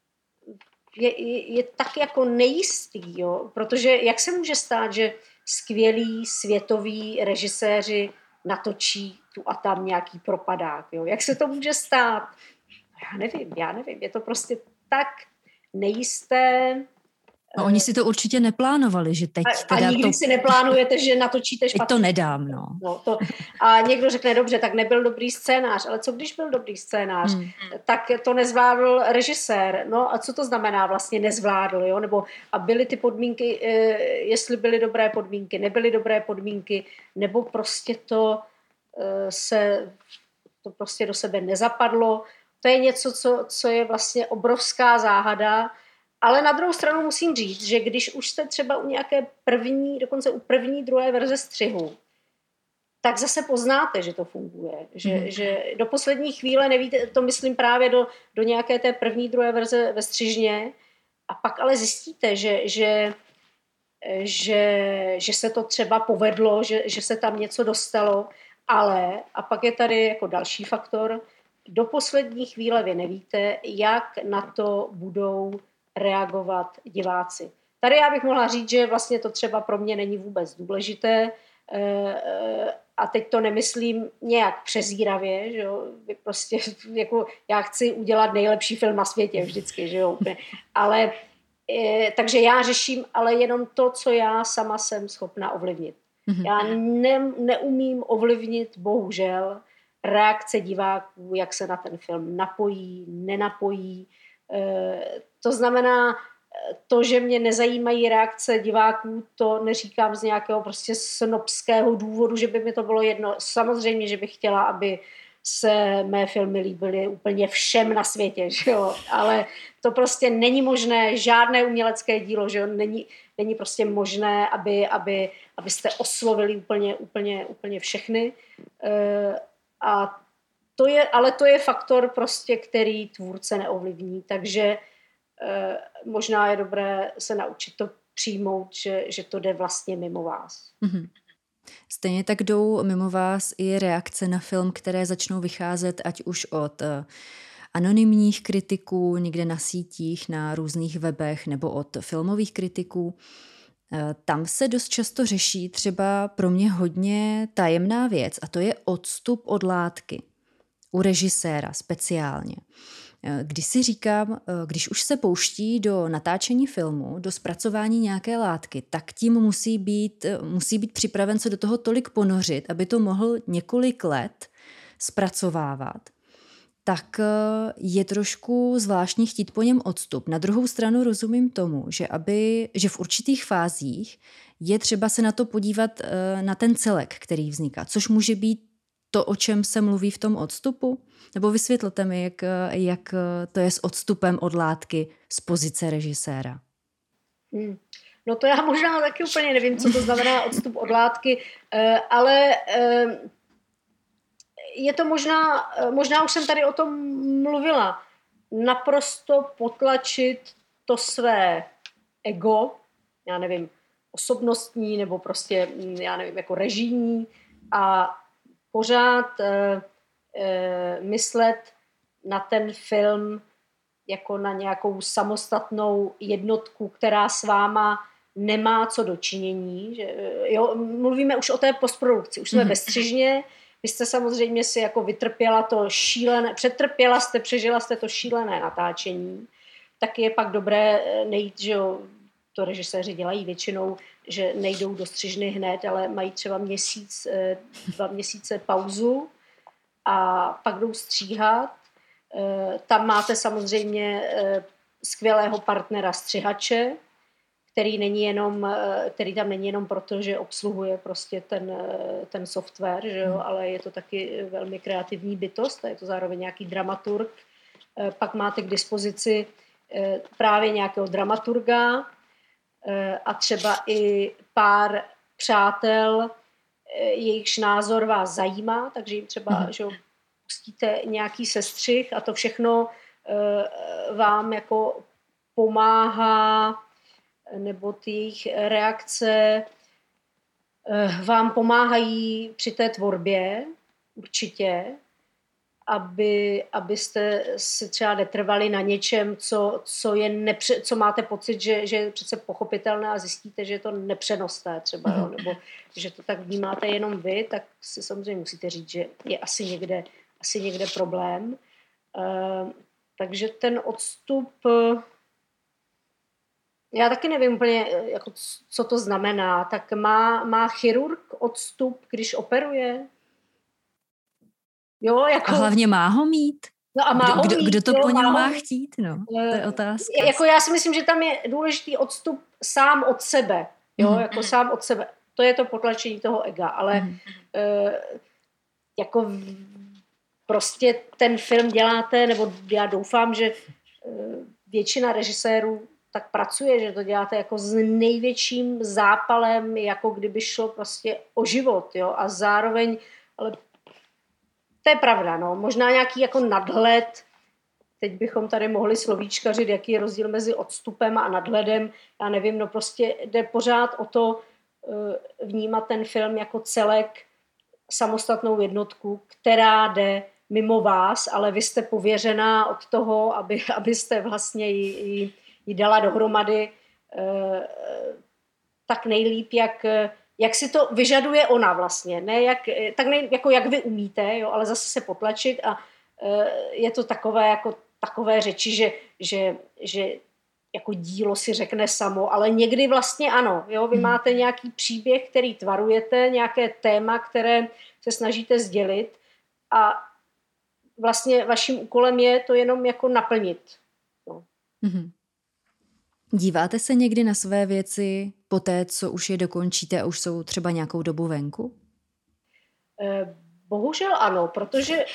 je tak jako nejistý, jo? Protože jak se může stát, že skvělí světoví režiséři natočí tu a tam nějaký propadák, jo? Jak se to může stát? Já nevím, je to prostě tak nejisté. No, oni si to určitě neplánovali, že teď teda a nikdy si neplánujete, že natočíte špatně. Teď to nedám, no. A někdo řekne, dobře, tak nebyl dobrý scénář, ale co když byl dobrý scénář? Tak to nezvládl režisér. No a co to znamená vlastně nezvládl, jo? Nebo a byly ty podmínky, jestli byly dobré podmínky, nebyly dobré podmínky, nebo prostě to prostě do sebe nezapadlo. To je něco, co je vlastně obrovská záhada. Ale na druhou stranu musím říct, že když už jste třeba u nějaké dokonce u první, druhé verze střihu, tak zase poznáte, že to funguje. Že do poslední chvíle nevíte, to myslím právě do nějaké té první, druhé verze ve střižně, a pak ale zjistíte, že se to třeba povedlo, že se tam něco dostalo, ale, a pak je tady jako další faktor, do poslední chvíle vy nevíte, jak na to budou reagovat diváci. Tady já bych mohla říct, že vlastně to třeba pro mě není vůbec důležité a teď to nemyslím nějak přezíravě, že jo? Prostě jako já chci udělat nejlepší film na světě vždycky, že jo? Úplně. Ale takže já řeším ale jenom to, co já sama jsem schopna ovlivnit. Já neumím ovlivnit, bohužel, reakce diváků, jak se na ten film napojí, nenapojí. To znamená, to, že mě nezajímají reakce diváků, to neříkám z nějakého prostě snobského důvodu, že by mi to bylo jedno. Samozřejmě, že bych chtěla, aby se mé filmy líbily úplně všem na světě, že jo? Ale to prostě není možné, žádné umělecké dílo, že jo? Není prostě možné, abyste oslovili úplně všechny. Ale to je faktor prostě, který tvůrce neovlivní, takže možná je dobré se naučit to přijmout, že to jde vlastně mimo vás. Mm-hmm. Stejně tak jdou mimo vás i reakce na film, které začnou vycházet ať už od anonymních kritiků někde na sítích, na různých webech nebo od filmových kritiků. Tam se dost často řeší třeba pro mě hodně tajemná věc a to je odstup od látky. U režiséra speciálně. Když si říkám, když už se pouští do natáčení filmu, do zpracování nějaké látky, tak tím musí být připraven se do toho tolik ponořit, aby to mohl několik let zpracovávat. Tak je trošku zvláštní chtít po něm odstup. Na druhou stranu rozumím tomu, že v určitých fázích je třeba se na to podívat na ten celek, který vzniká, což může být to, o čem se mluví v tom odstupu? Nebo vysvětlete mi, jak to je s odstupem od látky z pozice režiséra? No to já možná taky úplně nevím, co to znamená odstup od látky, ale je to možná už jsem tady o tom mluvila, naprosto potlačit to své ego, já nevím, osobnostní nebo prostě, já nevím, jako režijní a pořád myslet na ten film jako na nějakou samostatnou jednotku, která s váma nemá co dočinění. Mluvíme už o té postprodukci, už jsme ve střižně, vy jste samozřejmě si jako vytrpěla to šílené, přežila jste to šílené natáčení, tak je pak dobré nejít, že jo, to režiséři dělají většinou, že nejdou do střižny hned, ale mají třeba 2 měsíce pauzu a pak jdou stříhat. Tam máte samozřejmě skvělého partnera střihače, který tam není jenom proto, že obsluhuje prostě ten software, že jo, ale je to taky velmi kreativní bytost a je to zároveň nějaký dramaturg. Pak máte k dispozici právě nějakého dramaturga a třeba i pár přátel, jejichž názor vás zajímá, takže jim třeba že pustíte nějaký sestřih a to všechno vám jako pomáhá, nebo ty jejich reakce vám pomáhají při té tvorbě určitě, abyste si třeba netrvali na něčem, co máte pocit, že je přece pochopitelné a zjistíte, že je to nepřenosné třeba, jo? Nebo že to tak vnímáte jenom vy, tak si samozřejmě musíte říct, že je asi někde problém. Takže ten odstup, já taky nevím úplně, jako, co to znamená. Tak má chirurg odstup, když operuje? Jo, jako... A hlavně má ho mít. No a má ho mít, kdo to po něm má chtít? No, to je otázka. Jako já si myslím, že tam je důležitý odstup sám od sebe. Jo, jako sám od sebe. To je to potlačení toho ega, ale jako prostě ten film děláte, nebo já doufám, že většina režisérů tak pracuje, že to děláte jako s největším zápalem, jako kdyby šlo prostě o život, jo, a zároveň, ale to je pravda, no, možná nějaký jako nadhled, teď bychom tady mohli slovíčkařit, jaký je rozdíl mezi odstupem a nadhledem, já nevím, no prostě jde pořád o to vnímat ten film jako celek, samostatnou jednotku, která jde mimo vás, ale vy jste pověřená od toho, abyste vlastně ji dala dohromady tak nejlíp, jak si to vyžaduje ona vlastně. Ne jako jak vy umíte, jo, ale zase se potlačit a je to takové řeči, že jako dílo si řekne samo, ale někdy vlastně ano. Jo, vy máte nějaký příběh, který tvarujete, nějaké téma, které se snažíte sdělit a vlastně vaším úkolem je to jenom jako naplnit. No. Díváte se někdy na své věci po té, co už je dokončíte a už jsou třeba nějakou dobu venku? Bohužel ano, protože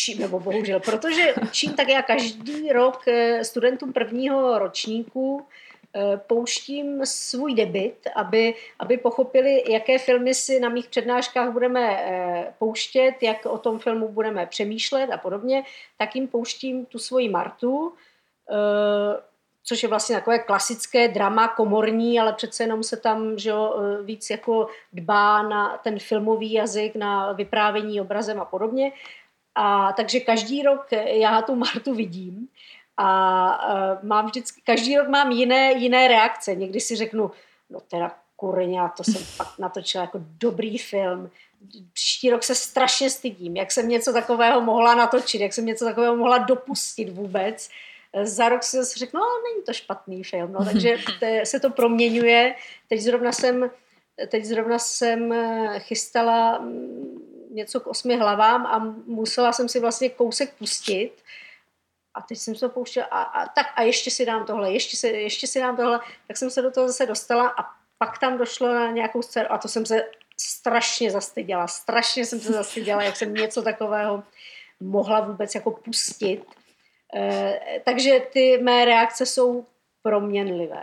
učím, tak já každý rok studentům prvního ročníku pouštím svůj debut, aby pochopili, jaké filmy si na mých přednáškách budeme pouštět, jak o tom filmu budeme přemýšlet a podobně, tak jim pouštím tu svoji Martu, což je vlastně takové klasické drama, komorní, ale přece jenom se tam že jo, víc jako dbá na ten filmový jazyk, na vyprávění obrazem a podobně. A takže každý rok já tu Martu vidím a každý rok mám jiné reakce. Někdy si řeknu, no teda kurňa, to jsem fakt natočila jako dobrý film. Příští rok se strašně stydím, jak jsem něco takového mohla natočit, jak jsem něco takového mohla dopustit vůbec. Za rok si zase řeknu, no není to špatný film, no, takže se to proměňuje. Teď zrovna jsem chystala něco k 8 hlavám a musela jsem si vlastně kousek pustit a teď jsem to pouštěla a ještě si dám tohle, ještě si dám tohle, tak jsem se do toho zase dostala a pak tam došlo na nějakou scénu a to jsem se strašně jsem se zastyděla, jak jsem něco takového mohla vůbec jako pustit. Takže ty mé reakce jsou proměnlivé.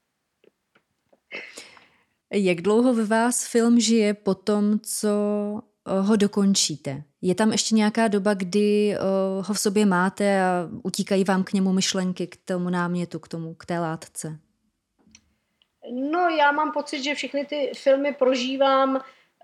Jak dlouho ve vás film žije po tom, co ho dokončíte? Je tam ještě nějaká doba, kdy ho v sobě máte a utíkají vám k němu myšlenky, k tomu námětu, k té látce? No, já mám pocit, že všechny ty filmy prožívám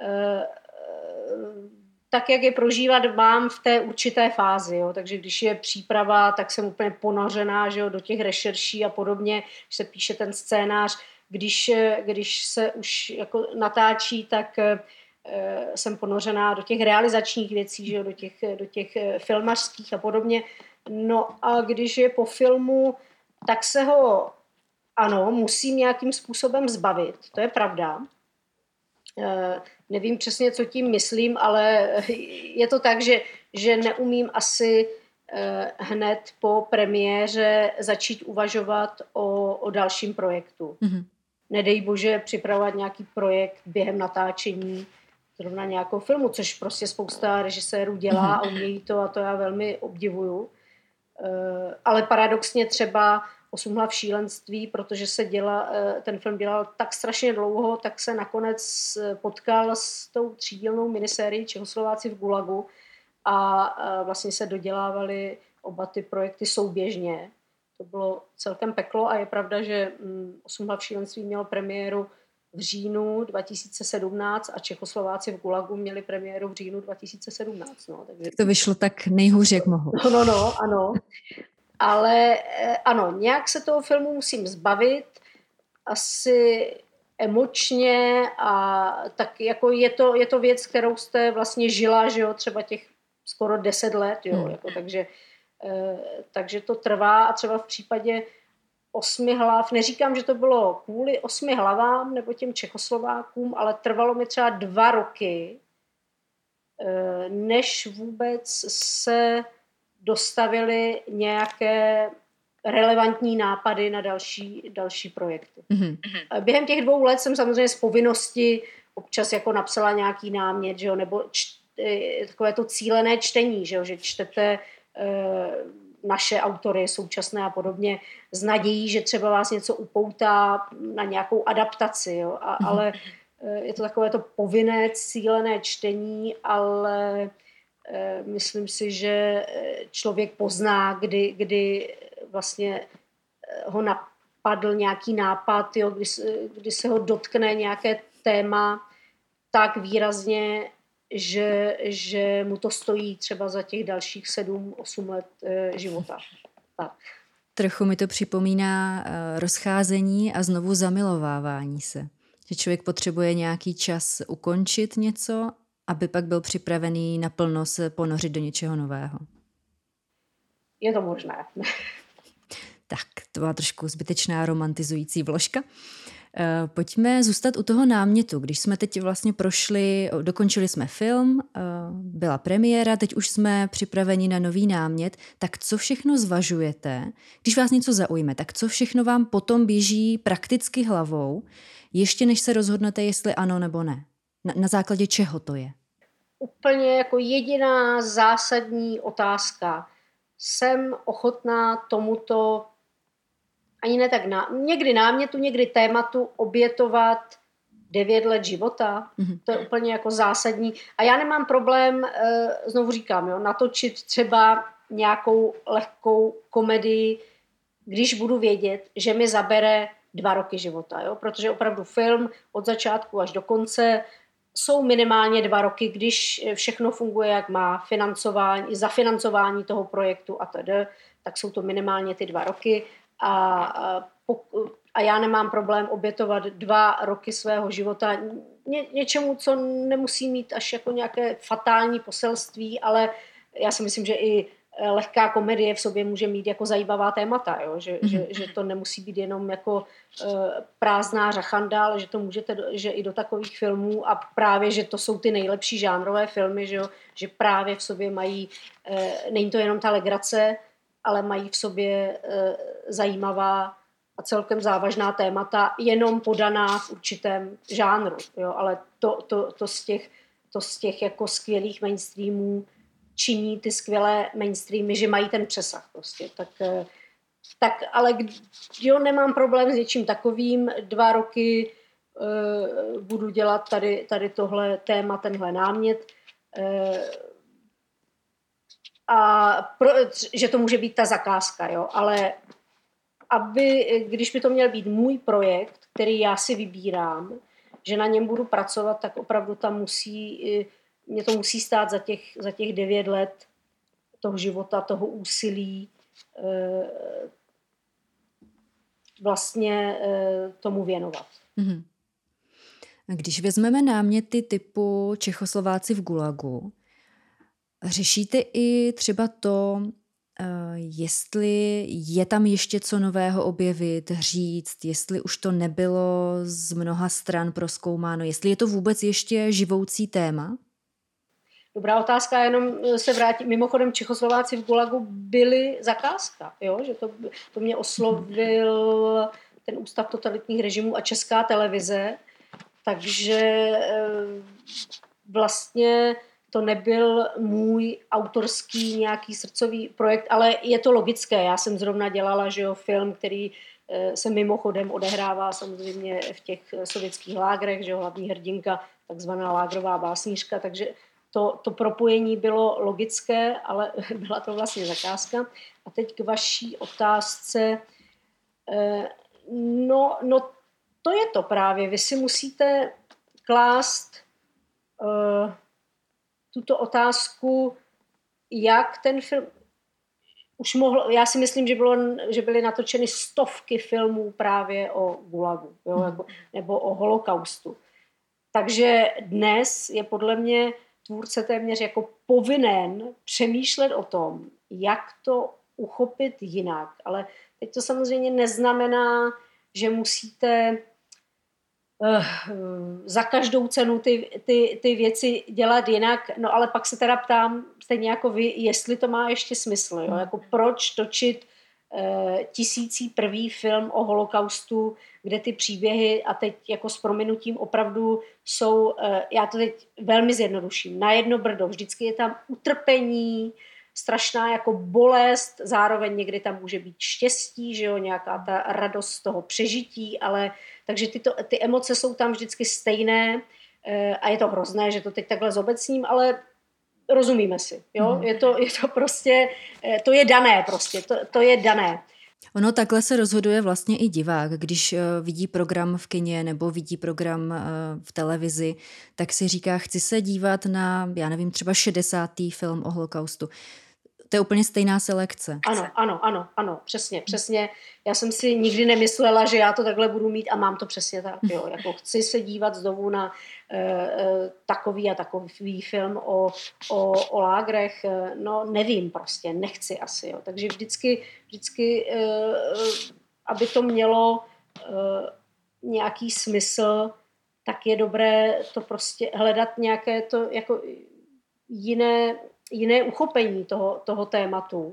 tak, jak je prožívat mám v té určité fázi. Jo. Takže když je příprava, tak jsem úplně ponořená, že jo, do těch rešerší a podobně, když se píše ten scénář. Když se už jako natáčí, tak jsem ponořená do těch realizačních věcí, že jo, do těch filmařských a podobně. No a když je po filmu, tak se ho, ano, musím nějakým způsobem zbavit. To je pravda. Nevím přesně, co tím myslím, ale je to tak, že neumím asi hned po premiéře začít uvažovat o dalším projektu. Mm-hmm. Nedej bože připravovat nějaký projekt během natáčení zrovna nějakou filmu, což prostě spousta režisérů dělá a umějí to a to já velmi obdivuju. Ale paradoxně třeba 8 hlav šílenství, protože ten film dělal tak strašně dlouho, tak se nakonec potkal s tou 3dílnou minisérií Čechoslováci v Gulagu a vlastně se dodělávaly oba ty projekty souběžně. To bylo celkem peklo a je pravda, že 8 hlav šílenství mělo premiéru v říjnu 2017 a Čechoslováci v Gulagu měli premiéru v říjnu 2017. No, takže... To vyšlo tak nejhůř, jak mohlo. No, ano. Ale ano, nějak se toho filmu musím zbavit, asi emočně a tak jako je to věc, kterou jste vlastně žila, že jo, třeba těch skoro 10 let, jo, jako, takže to trvá a třeba v případě 8 hlav, neříkám, že to bylo kvůli 8 hlavám nebo těm Čechoslovákům, ale trvalo mi třeba 2 roky, než vůbec se dostavily nějaké relevantní nápady na další projekty. Mm-hmm. Během těch 2 let jsem samozřejmě z povinnosti občas jako napsala nějaký námět, že jo, nebo takové to cílené čtení, že jo, že čtete naše autory současné a podobně s nadějí, že třeba vás něco upoutá na nějakou adaptaci, jo, ale je to takové to povinné cílené čtení, ale myslím si, že člověk pozná, kdy vlastně ho napadl nějaký nápad, jo, kdy se ho dotkne nějaké téma tak výrazně, že mu to stojí třeba za těch dalších 7-8 let života. Tak. Trochu mi to připomíná rozcházení a znovu zamilovávání se. Že člověk potřebuje nějaký čas ukončit něco, aby pak byl připravený naplno se ponořit do něčeho nového. Je to možné. Tak, to byla trošku zbytečná romantizující vložka. Pojďme zůstat u toho námětu. Když jsme teď vlastně dokončili jsme film, byla premiéra, teď už jsme připraveni na nový námět, tak co všechno zvažujete, když vás něco zaujme, tak co všechno vám potom běží prakticky hlavou, ještě než se rozhodnete, jestli ano nebo ne? Na základě čeho to je? úplně jako jediná zásadní otázka. Jsem ochotná tomuto ani ne tak někdy námětu, někdy tématu obětovat 9 let života. To je úplně jako zásadní. A já nemám problém, znovu říkám, jo, natočit třeba nějakou lehkou komedii, když budu vědět, že mi zabere 2 roky života. Jo? Protože opravdu film od začátku až do konce jsou minimálně 2 roky, když všechno funguje, jak má, financování, zafinancování toho projektu a tedy, tak jsou to minimálně ty 2 roky. A já nemám problém obětovat 2 roky svého života něčemu, co nemusí mít až jako nějaké fatální poselství, ale já si myslím, že i lehká komedie v sobě může mít jako zajímavá témata, jo? Že to nemusí být jenom jako prázdná řachanda, ale že to můžete, že i do takových filmů a právě, že to jsou ty nejlepší žánrové filmy, že právě v sobě mají, není to jenom ta legrace, ale mají v sobě zajímavá a celkem závažná témata, jenom podaná v určitém žánru. Jo? Ale to z těch jako skvělých mainstreamů činí ty skvělé mainstreamy, že mají ten přesah prostě. Tak ale jo, nemám problém s něčím takovým. 2 roky budu dělat tady tohle téma, tenhle námět. Že to může být ta zakázka, jo, ale když by to měl být můj projekt, který já si vybírám, že na něm budu pracovat, tak opravdu tam mě to musí stát za těch 9 let toho života, toho úsilí vlastně tomu věnovat. Mm-hmm. Když vezmeme náměty typu Čechoslováci v Gulagu, řešíte i třeba to, jestli je tam ještě co nového objevit, říct, jestli už to nebylo z mnoha stran prozkoumáno, jestli je to vůbec ještě živoucí téma? Dobrá otázka, jenom se vrátím. Mimochodem Čechoslováci v Gulagu byli zakázka, jo? Že to mě oslovil ten Ústav totalitních režimů a Česká televize, takže vlastně to nebyl můj autorský nějaký srdcový projekt, ale je to logické. Já jsem zrovna dělala, že jo, film, který se mimochodem odehrává samozřejmě v těch sovětských lágrech, že jo, hlavní hrdinka, takzvaná lágrová básnířka, takže to propojení bylo logické, ale byla to vlastně zakázka. A teď k vaší otázce. No to je to právě. Vy si musíte klást tuto otázku, jak ten film už mohl, já si myslím, že byly natočeny stovky filmů právě o Gulagu, jo, nebo o holokaustu. Takže dnes je podle mě tvůrce téměř jako povinen přemýšlet o tom, jak to uchopit jinak. Ale teď to samozřejmě neznamená, že musíte za každou cenu ty věci dělat jinak, no ale pak se teda ptám, stejně jako vy, jestli to má ještě smysl, jo? Jako proč točit 1001. film o holokaustu, kde ty příběhy, a teď jako s prominutím opravdu jsou, já to teď velmi zjednoduším, na jedno brdo, vždycky je tam utrpení, strašná jako bolest, zároveň někdy tam může být štěstí, že jo, nějaká ta radost z toho přežití, ale takže ty emoce jsou tam vždycky stejné a je to hrozné, že to teď takhle zobecním, ale rozumíme si, jo, je to prostě, to je dané prostě, to je dané. Ono takhle se rozhoduje vlastně i divák, když vidí program v kině nebo vidí program v televizi, tak si říká, chci se dívat na, já nevím, třeba 60. film o holokaustu. To je úplně stejná selekce. Ano, přesně. Já jsem si nikdy nemyslela, že já to takhle budu mít a mám to přesně tak. Jo. Jako chci se dívat znovu na takový a takový film o lágrech. No nevím prostě, nechci asi. Jo. Takže vždycky aby to mělo nějaký smysl, tak je dobré to prostě hledat nějaké to jako jiné uchopení toho tématu.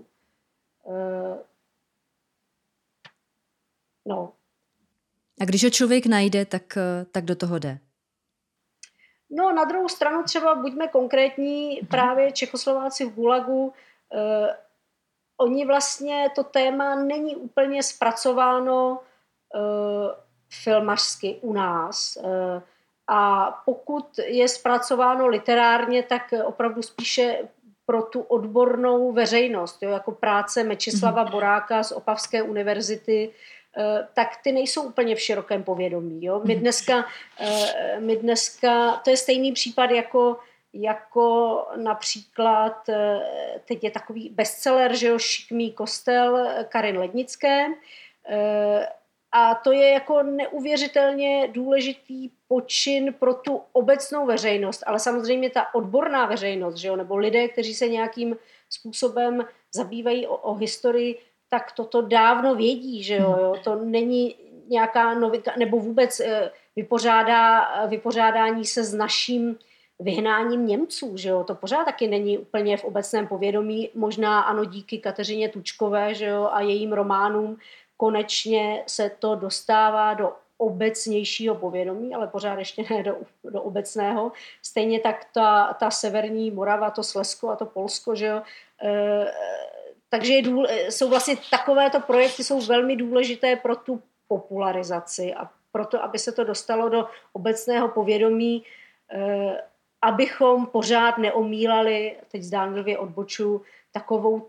No. A když ho člověk najde, tak do toho jde? No na druhou stranu třeba buďme konkrétní, právě Čechoslováci v Gulagu, oni vlastně, to téma není úplně zpracováno filmařsky u nás. A pokud je zpracováno literárně, tak opravdu spíše pro tu odbornou veřejnost, jo, jako práce Mečislava Boráka z Opavské univerzity, tak ty nejsou úplně v širokém povědomí. Jo. My dneska, to je stejný případ jako například, teď je takový bestseller, že jo, Šikmý kostel Karin Lednické, a to je jako neuvěřitelně důležitý počin pro tu obecnou veřejnost, ale samozřejmě ta odborná veřejnost, že jo, nebo lidé, kteří se nějakým způsobem zabývají o historii, tak toto dávno vědí, že jo, to není nějaká novinka, nebo vůbec vypořádání se s naším vyhnáním Němců, že jo, to pořád taky není úplně v obecném povědomí, možná ano díky Kateřině Tučkové, že jo, a jejím románům konečně se to dostává do obecnějšího povědomí, ale pořád ještě ne do obecného. Stejně tak ta severní Morava, to Slezsko a to Polsko, že jo. Takže jsou vlastně takovéto projekty jsou velmi důležité pro tu popularizaci a proto, aby se to dostalo do obecného povědomí, abychom pořád neomílali, teď zdánlivě odbočuju, takovou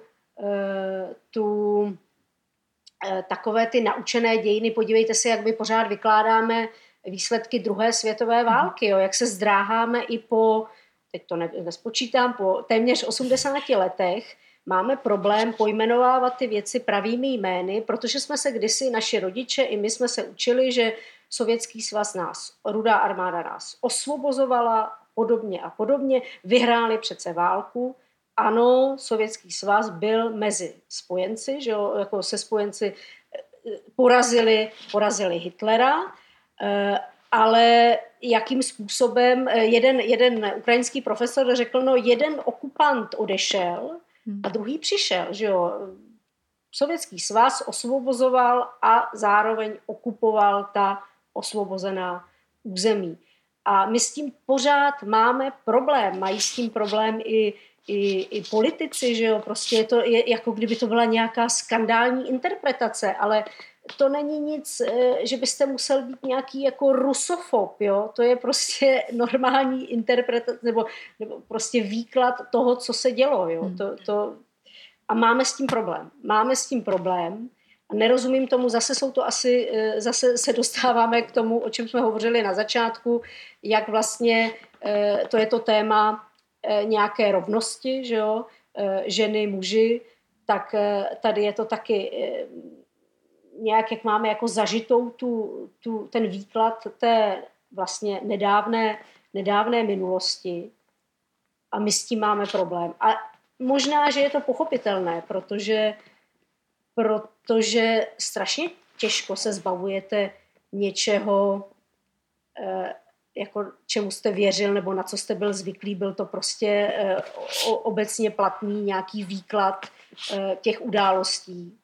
takové ty naučené dějiny. Podívejte se, jak my pořád vykládáme výsledky druhé světové války, jo, jak se zdráháme i po, teď to nespočítám, po téměř 80 letech máme problém pojmenovávat ty věci pravými jmény, protože jsme se kdysi, naši rodiče i my jsme se učili, že Sovětský svaz Rudá armáda nás osvobozovala, podobně a podobně, vyhráli přece válku. Ano, Sovětský svaz byl mezi spojenci, že jo, jako se spojenci porazili Hitlera, ale jakým způsobem, jeden ukrajinský profesor řekl, no jeden okupant odešel a druhý přišel, že jo. Sovětský svaz osvobozoval a zároveň okupoval ta osvobozená území. A my s tím pořád máme problém, mají s tím problém i politici, že jo, prostě je jako kdyby to byla nějaká skandální interpretace, ale to není nic, že byste musel být nějaký jako rusofob, jo, to je prostě normální interpretace, nebo prostě výklad toho, co se dělo, jo, a máme s tím problém a nerozumím tomu, zase se dostáváme k tomu, o čem jsme hovořili na začátku, jak vlastně to je to téma nějaké rovnosti, že jo, ženy, muži, tak tady je to taky nějak, jak máme jako zažitou ten výklad té vlastně nedávné minulosti a my s tím máme problém. A možná, že je to pochopitelné, protože strašně těžko se zbavujete něčeho, jako čemu jste věřil nebo na co jste byl zvyklý, byl to prostě obecně platný nějaký výklad těch událostí.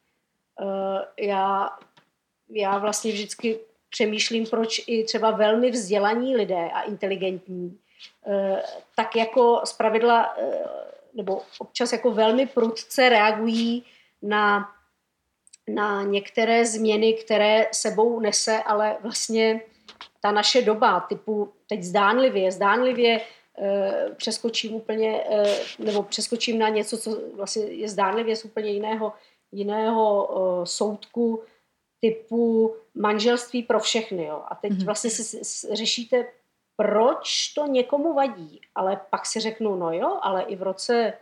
Já vlastně vždycky přemýšlím, proč i třeba velmi vzdělaní lidé a inteligentní tak jako zpravidla nebo občas jako velmi prudce reagují na některé změny, které sebou nese, ale vlastně ta naše doba, typu teď zdánlivě přeskočím úplně, nebo přeskočím na něco, co vlastně je zdánlivě z úplně jiného soudku, typu manželství pro všechny. Jo. A teď vlastně si řešíte, proč to někomu vadí, ale pak si řeknu, no jo, ale i v roce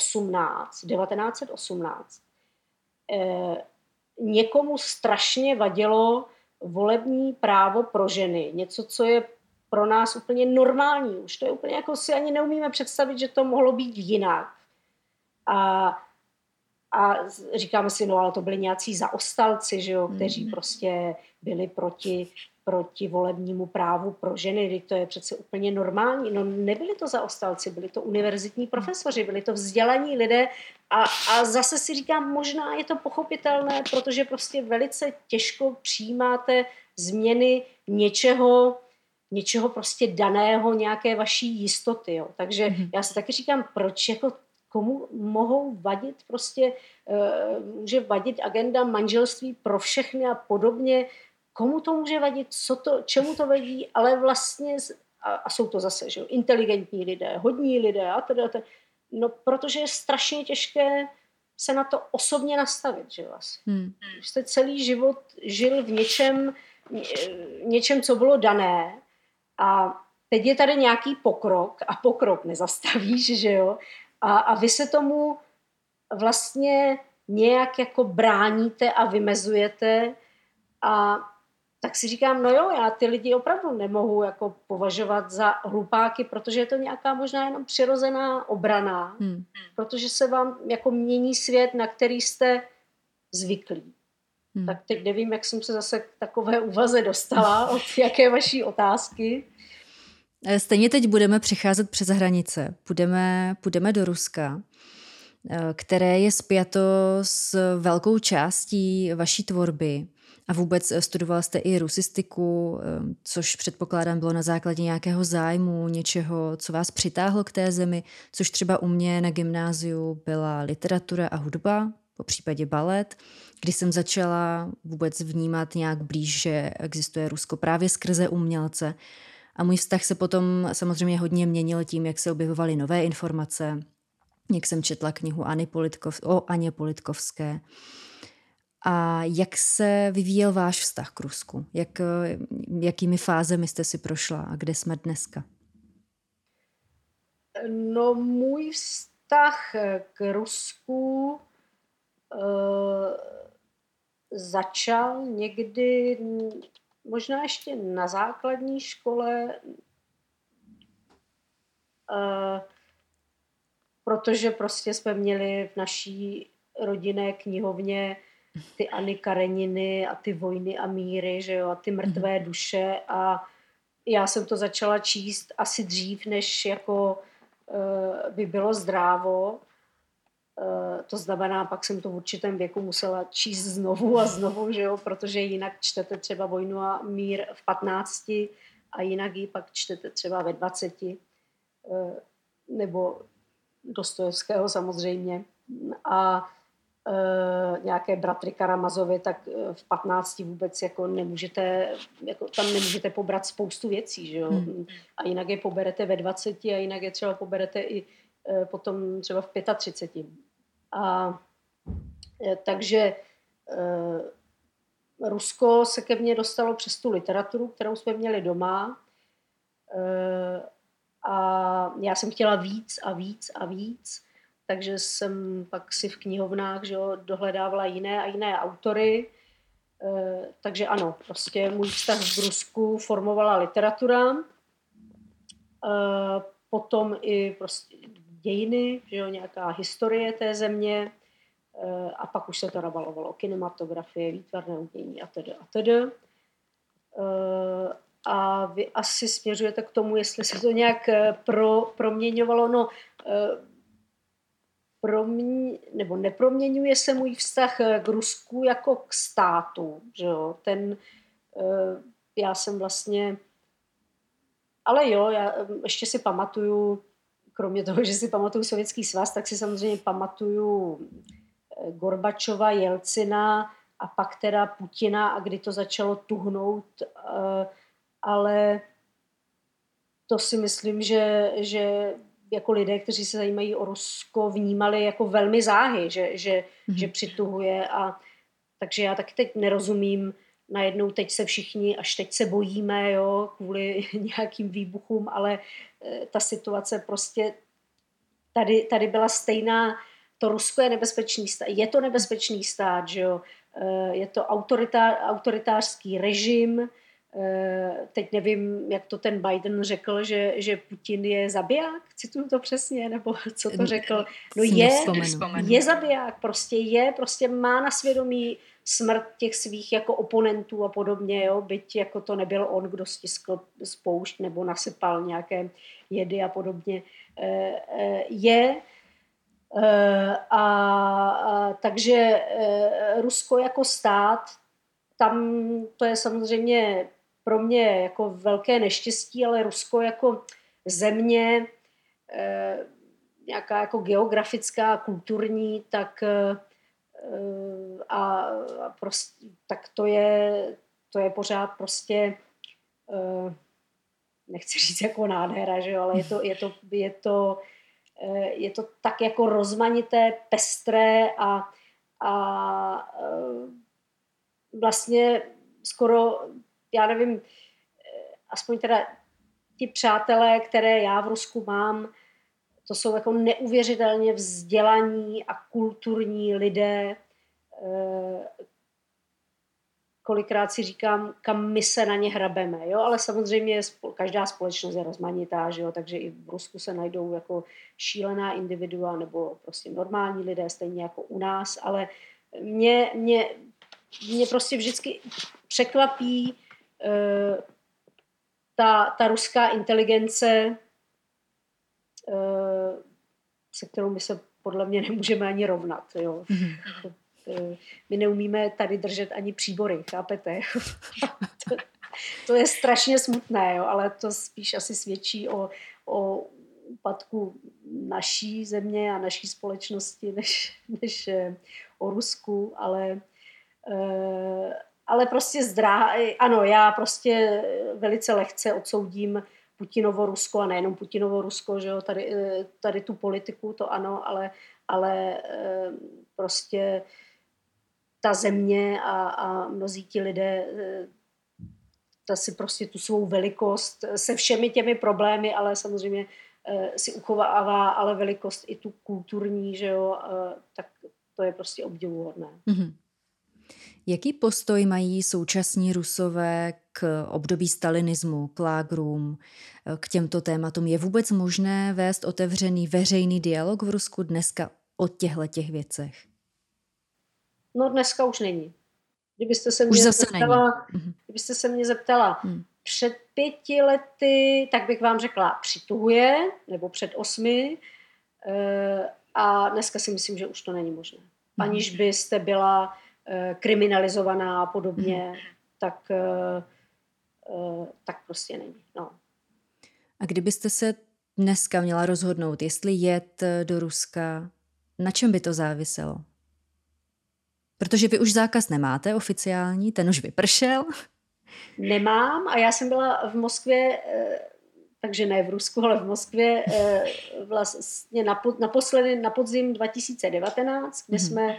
1918 někomu strašně vadilo volební právo pro ženy. Něco, co je pro nás úplně normální. Už to je úplně jako si ani neumíme představit, že to mohlo být jinak. A říkáme si, no ale to byli nějací zaostalci, že jo, kteří prostě byli proti volebnímu právu pro ženy, když to je přece úplně normální. No nebyli to zaostalci, byli to univerzitní profesoři, byli to vzdělaní lidé a zase si říkám, možná je to pochopitelné, protože prostě velice těžko přijímáte změny něčeho, něčeho prostě daného, nějaké vaší jistoty. Jo. Takže já si taky říkám, proč jako komu mohou vadit prostě, může vadit agenda manželství pro všechny a podobně, komu to může vadit, čemu to vadí, ale vlastně, a jsou to zase že, inteligentní lidé, hodní lidé a teda. No, protože je strašně těžké se na to osobně nastavit, že vlastně. Jste celý život žil v něčem, co bylo dané a teď je tady nějaký pokrok a pokrok nezastavíš, že jo? A vy se tomu vlastně nějak jako bráníte a vymezujete a tak si říkám, no jo, já ty lidi opravdu nemohu jako považovat za hlupáky, protože je to nějaká možná jenom přirozená obrana, protože se vám jako mění svět, na který jste zvyklí. Tak teď nevím, jak jsem se zase k takové úvaze dostala, od jaké vaší otázky. Stejně teď budeme přicházet přes hranice. Půjdeme do Ruska, které je spjato s velkou částí vaší tvorby. A vůbec studoval jste i rusistiku, což předpokládám bylo na základě nějakého zájmu, něčeho, co vás přitáhlo k té zemi, což třeba u mě na gymnáziu byla literatura a hudba, popřípadě balet, kdy jsem začala vůbec vnímat nějak blíž, že existuje Rusko právě skrze umělce. A můj vztah se potom samozřejmě hodně měnil tím, jak se objevovaly nové informace, jak jsem četla knihu o Aně Politkovské. A jak se vyvíjel váš vztah k Rusku? Jakými fázemi jste si prošla a kde jsme dneska? No, můj vztah k Rusku začal někdy, možná ještě na základní škole, protože prostě jsme měli v naší rodinné knihovně ty Anny Kareniny a ty Vojny a míry, že jo, a ty mrtvé duše a já jsem to začala číst asi dřív, než jako by bylo zdrávo. To znamená, pak jsem to v určitém věku musela číst znovu a znovu, že jo, protože jinak čtete třeba Vojnu a mír v 15 a jinak ji pak čtete třeba ve 20, nebo Dostojevského samozřejmě. A nějaké bratry Karamazovy, tak v 15 vůbec jako nemůžete, jako tam nemůžete pobrat spoustu věcí, že jo? A jinak je poberete ve 20 a jinak je třeba poberete i potom třeba v 35. A takže Rusko se ke mně dostalo přes tu literaturu, kterou jsme měli doma a já jsem chtěla víc a víc a víc, takže jsem pak si v knihovnách, že jo, dohledávala jiné a jiné autory. Takže ano, prostě můj vztah k Rusku formovala literatura. Potom i prostě dějiny, že jo, nějaká historie té země. A pak už se to nabalovalo kinematografie, výtvarné umění a tedy. A vy asi směřujete k tomu, jestli se to nějak proměňovalo. No, nebo neproměňuje se můj vztah k Rusku jako k státu, že jo, já jsem vlastně, ale jo, já ještě si pamatuju, kromě toho, že si pamatuju Sovětský svaz, tak si samozřejmě pamatuju Gorbačova, Jelcina a pak teda Putina a kdy to začalo tuhnout, ale to si myslím, že jako lidé, kteří se zajímají o Rusko, vnímali jako velmi záhy, že přituhuje. A takže já taky teď nerozumím, najednou teď se všichni, až teď se bojíme, jo, kvůli nějakým výbuchům, ale ta situace prostě tady byla stejná. To Rusko je nebezpečný stát, je to nebezpečný stát, že jo, je to autoritářský režim. Teď nevím, jak to ten Biden řekl, že Putin je zabiják, cituju to přesně, nebo co to řekl. No je zabiják, prostě má na svědomí smrt těch svých jako oponentů a podobně, jo, byť jako to nebyl on, kdo stiskl spoušť nebo nasypal nějaké jedy a podobně. Takže Rusko jako stát, tam to je samozřejmě pro mě jako velké neštěstí, ale Rusko jako země, nějaká jako geografická, kulturní, tak prostě, tak to je pořád prostě, nechci říct jako nádhera, že jo, ale je to tak jako rozmanité, pestré a vlastně skoro, já nevím, aspoň teda ti přátelé, které já v Rusku mám, to jsou jako neuvěřitelně vzdělaní a kulturní lidé. Kolikrát si říkám, kam my se na ně hrabeme, jo? Ale samozřejmě každá společnost je rozmanitá, že jo? Takže i v Rusku se najdou jako šílená individua nebo prostě normální lidé, stejně jako u nás, ale mě prostě vždycky překvapí ta ruská inteligence, se kterou my se podle mě nemůžeme ani rovnat. Jo. My neumíme tady držet ani příbory, chápete? To je strašně smutné, jo, ale to spíš asi svědčí o úpadku naší země a naší společnosti, než o Rusku, ale prostě ano, já prostě velice lehce odsoudím Putinovo Rusko a nejenom Putinovo Rusko, že jo, tady tu politiku, to ano, ale prostě ta země a mnozí ti lidé, ta si prostě tu svou velikost se všemi těmi problémy, ale samozřejmě si uchovává ale velikost i tu kulturní, že jo, tak to je prostě obdivuhodné. Mm-hmm. Jaký postoj mají současní Rusové k období stalinismu, k lágrům, k těmto tématům? Je vůbec možné vést otevřený veřejný dialog v Rusku dneska o těchto věcech? No dneska už není. Kdybyste se mě zeptala před 5 lety, tak bych vám řekla přituhuje, nebo před 8, a dneska si myslím, že už to není možné. Aniž byste byla kriminalizovaná a podobně, tak prostě není. No. A kdybyste se dneska měla rozhodnout, jestli jet do Ruska, na čem by to záviselo? Protože vy už zákaz nemáte oficiální, ten už vypršel. Nemám a já jsem byla v Moskvě, takže ne v Rusku, ale v Moskvě vlastně naposledy na podzim 2019, kde jsme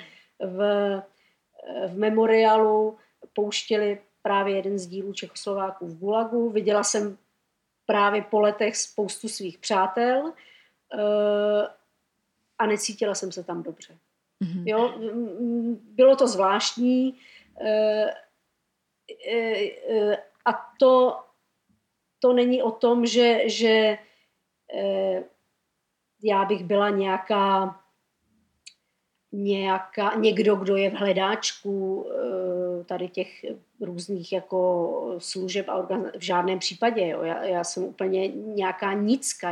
v memoriálu pouštěli právě jeden z dílů Čechoslováků v Gulagu. Viděla jsem právě po letech spoustu svých přátel a necítila jsem se tam dobře. Mm-hmm. Jo? Bylo to zvláštní a to není o tom, že já bych byla někdo, kdo je v hledáčku tady těch různých jako služeb a v žádném případě. Jo. Já jsem úplně nějaká nicka.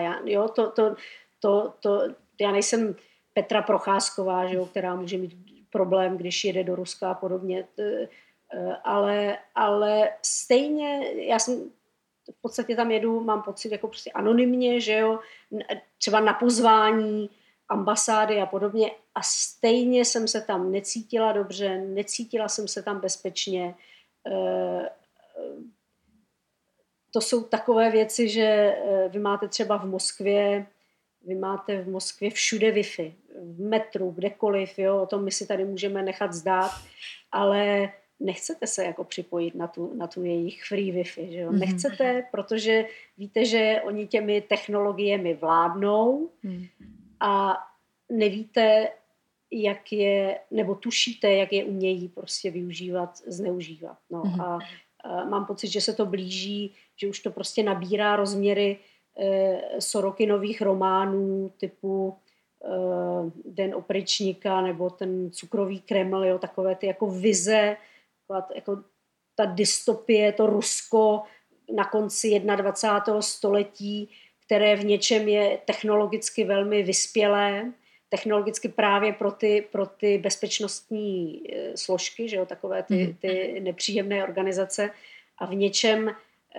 Já nejsem Petra Procházková, že jo, která může mít problém, když jede do Ruska a podobně. Ale stejně, já jsem v podstatě tam jedu, mám pocit jako prostě anonymně, že jo, třeba na pozvání ambasády a podobně a stejně jsem se tam necítila dobře, necítila jsem se tam bezpečně. To jsou takové věci, že vy máte třeba v Moskvě všude Wi-Fi, v metru, kdekoliv, jo, o tom my si tady můžeme nechat zdát, ale nechcete se jako připojit na tu jejich free Wi-Fi, že jo? Nechcete, protože víte, že oni těmi technologiemi vládnou a nevíte, jak je, nebo tušíte, jak je umějí prostě využívat, zneužívat. No. A mám pocit, že se to blíží, že už to prostě nabírá rozměry Sorokinových románů typu Den opričníka nebo ten cukrový Kreml, jo, takové ty jako vize, jako ta dystopie, to Rusko na konci 21. století, které v něčem je technologicky velmi vyspělé, technologicky právě pro ty bezpečnostní složky, že jo, takové ty nepříjemné organizace, a v něčem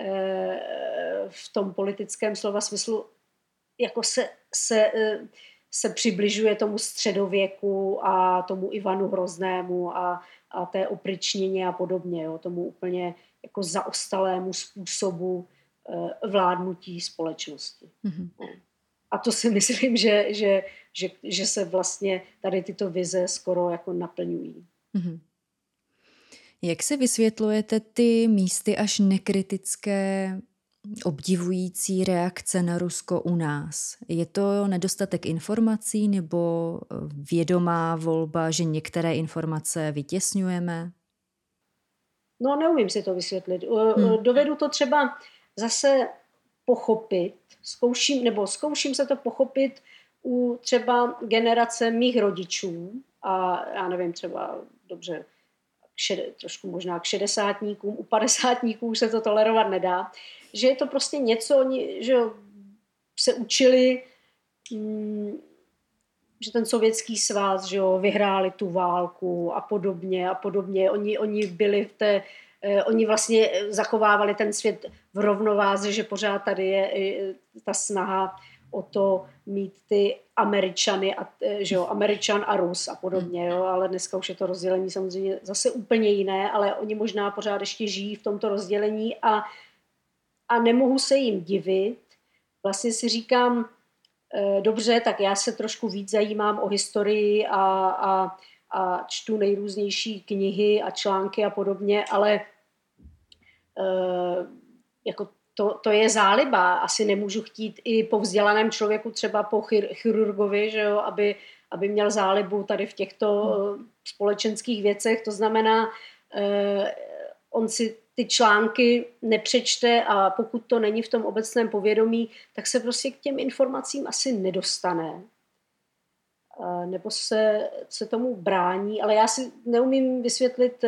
v tom politickém slova smyslu jako se přibližuje tomu středověku a tomu Ivanu Hroznému a té opryčnině a podobně, jo, tomu úplně jako zaostalému způsobu vládnutí společnosti. Mm-hmm. A to si myslím, že se vlastně tady tyto vize skoro jako naplňují. Mm-hmm. Jak si vysvětlujete ty místy až nekritické obdivující reakce na Rusko u nás? Je to nedostatek informací nebo vědomá volba, že některé informace vytěsňujeme? No, neumím si to vysvětlit. Dovedu to třeba zase pochopit, zkouším se to pochopit u třeba generace mých rodičů a já nevím, třeba dobře, trošku možná k 60níkům, u 50níků se to tolerovat nedá, že je to prostě něco, že se učili, že ten Sovětský svaz, že vyhráli tu válku a podobně. Oni byli oni vlastně zachovávali ten svět v rovnováze, že pořád tady je ta snaha o to mít ty Američany, že jo, Američan a Rus a podobně, jo, ale dneska už je to rozdělení samozřejmě zase úplně jiné, ale oni možná pořád ještě žijí v tomto rozdělení a nemohu se jim divit. Vlastně si říkám, dobře, tak já se trošku víc zajímám o historii a čtu nejrůznější knihy a články a podobně, ale jako to je záliba. Asi nemůžu chtít i po vzdělaném člověku, třeba po chirurgovi, že jo, aby měl zálibu tady v těchto společenských věcech. To znamená, on si ty články nepřečte a pokud to není v tom obecném povědomí, tak se prostě k těm informacím asi nedostane. Nebo se tomu brání. Ale já si neumím vysvětlit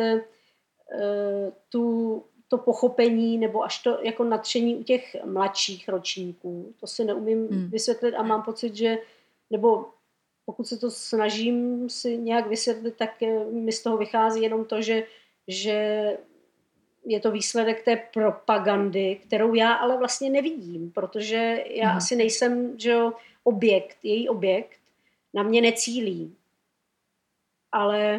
to pochopení nebo až to jako nadšení u těch mladších ročníků. To si neumím vysvětlit a mám pocit, že nebo pokud se to snažím si nějak vysvětlit, tak mi z toho vychází jenom to, že je to výsledek té propagandy, kterou já ale vlastně nevidím, protože já asi nejsem, že jo, její objekt, na mě necílí. Ale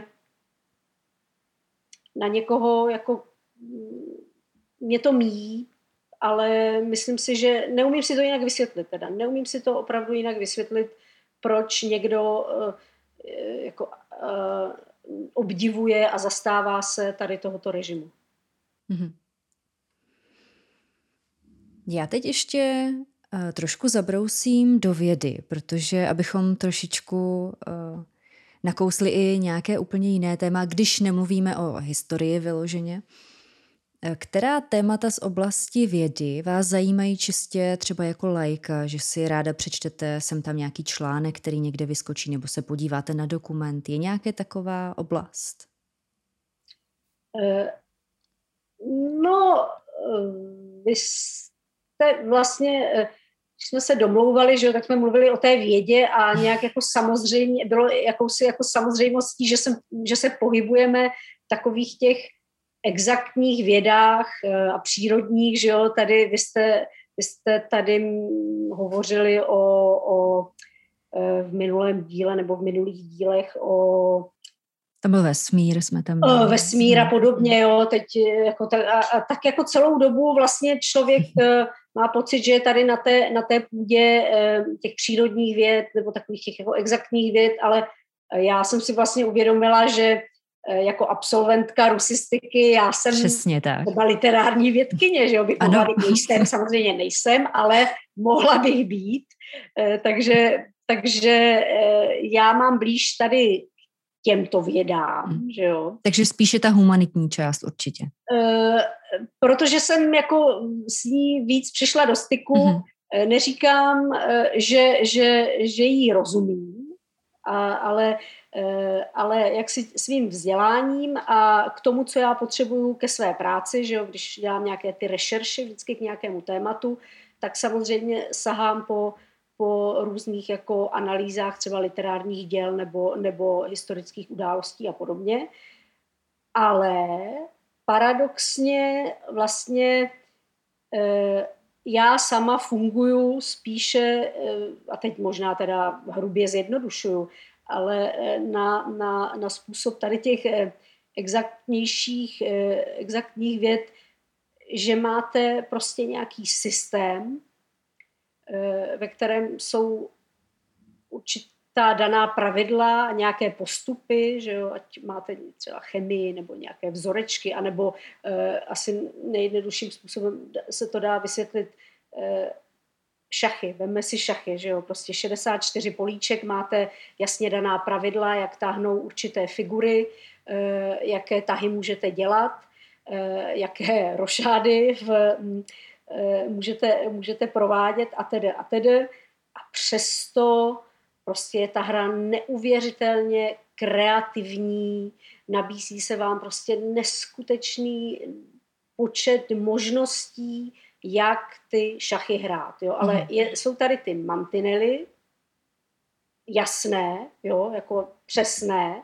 na někoho jako mě to míjí, ale myslím si, že neumím si to jinak vysvětlit teda. Neumím si to opravdu jinak vysvětlit, proč někdo obdivuje a zastává se tady tohoto režimu. Mm-hmm. Já teď ještě trošku zabrousím do vědy, protože abychom trošičku nakousli i nějaké úplně jiné téma, když nemluvíme o historii vyloženě. Která témata z oblasti vědy vás zajímají čistě třeba jako laika, že si ráda přečtete sem tam nějaký článek, který někde vyskočí, nebo se podíváte na dokument? Je nějaká taková oblast? Vy jste vlastně, když jsme se domlouvali, že, tak jsme mluvili o té vědě a nějak jako samozřejmě, bylo jakousi jako samozřejmostí, že se pohybujeme v takových těch exaktních vědách a přírodních, že jo, tady vy jste tady hovořili v minulém díle nebo v minulých dílech tam byl vesmír, jsme tam vesmír a podobně, jo, teď jako tak jako celou dobu vlastně člověk má pocit, že je tady na té půdě těch přírodních věd nebo takových těch jako exaktních věd, ale já jsem si vlastně uvědomila, že jako absolventka rusistiky, já jsem třeba literární vědkyně, že jo, bych mohla být, samozřejmě nejsem, ale mohla bych být, takže já mám blíž tady těmto vědám, že jo. Takže spíše ta humanitní část určitě. Protože jsem jako s ní víc přišla do styku, neříkám, že jí rozumím, ale jak si svým vzděláním a k tomu, co já potřebuju ke své práci, že jo, když dělám nějaké ty rešerše vždycky k nějakému tématu, tak samozřejmě sahám po různých jako analýzách třeba literárních děl nebo historických událostí a podobně. Ale paradoxně vlastně já sama funguju spíše, a teď možná teda hrubě zjednodušuju, ale na způsob tady těch exaktních věd, že máte prostě nějaký systém, ve kterém jsou určitá daná pravidla a nějaké postupy, že jo, ať máte třeba chemii nebo nějaké vzorečky, anebo asi nejjednodušším způsobem se to dá vysvětlit šachy. Vemme si šachy, že jo, prostě 64 políček, máte jasně daná pravidla, jak táhnou určité figury, jaké tahy můžete dělat, jaké rošády můžete provádět a tedy. A přesto prostě je ta hra neuvěřitelně kreativní, nabízí se vám prostě neskutečný počet možností, jak ty šachy hrát. Jo? Ale jsou tady ty mantinely, jasné, jo? Jako přesné,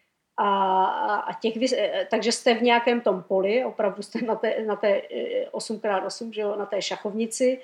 takže jste v nějakém tom poli, opravdu jste na té 8x8, že jo? Na té šachovnici,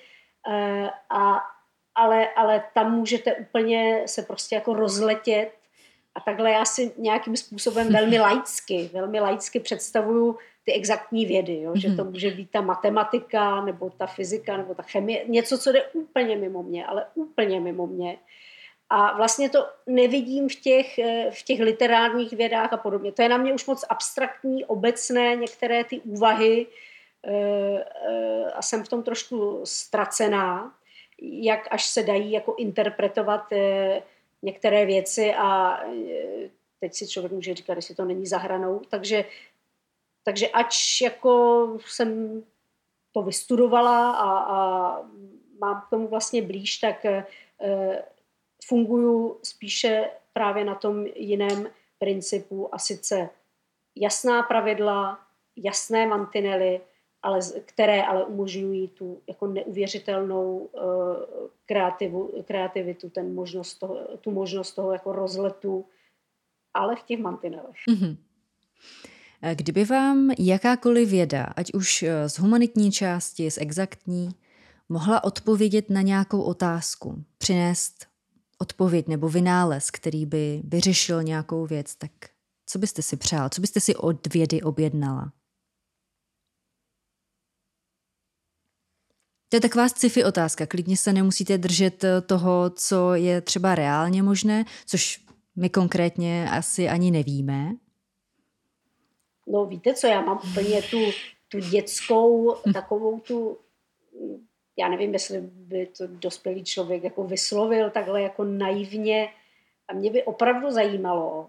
ale tam můžete úplně se prostě jako rozletět a takhle já si nějakým způsobem velmi laicky představuju ty exaktní vědy, jo? Že to může být ta matematika, nebo ta fyzika, nebo ta chemie, něco, co jde úplně mimo mě, ale úplně mimo mě. A vlastně to nevidím v těch literárních vědách a podobně. To je na mě už moc abstraktní, obecné, některé ty úvahy a jsem v tom trošku ztracená, jak až se dají jako interpretovat některé věci a teď si člověk může říkat, jestli to není za hranou. Takže ač jako jsem to vystudovala a mám k tomu vlastně blíž, tak funguju spíše právě na tom jiném principu a sice jasná pravidla, jasné mantinely, které ale umožňují tu jako neuvěřitelnou kreativitu, tu možnost toho jako rozletu, ale v těch mantinelech. Mm-hmm. Kdyby vám jakákoliv věda, ať už z humanitní části, z exaktní, mohla odpovědět na nějakou otázku, přinést odpověď nebo vynález, který by vyřešil nějakou věc, tak co byste si přál? Co byste si od vědy objednala? To je taková sci-fi otázka. Klidně se nemusíte držet toho, co je třeba reálně možné, což my konkrétně asi ani nevíme. No víte co, já mám úplně tu dětskou, takovou tu, já nevím, jestli by to dospělý člověk jako vyslovil takhle jako naivně. A mě by opravdu zajímalo,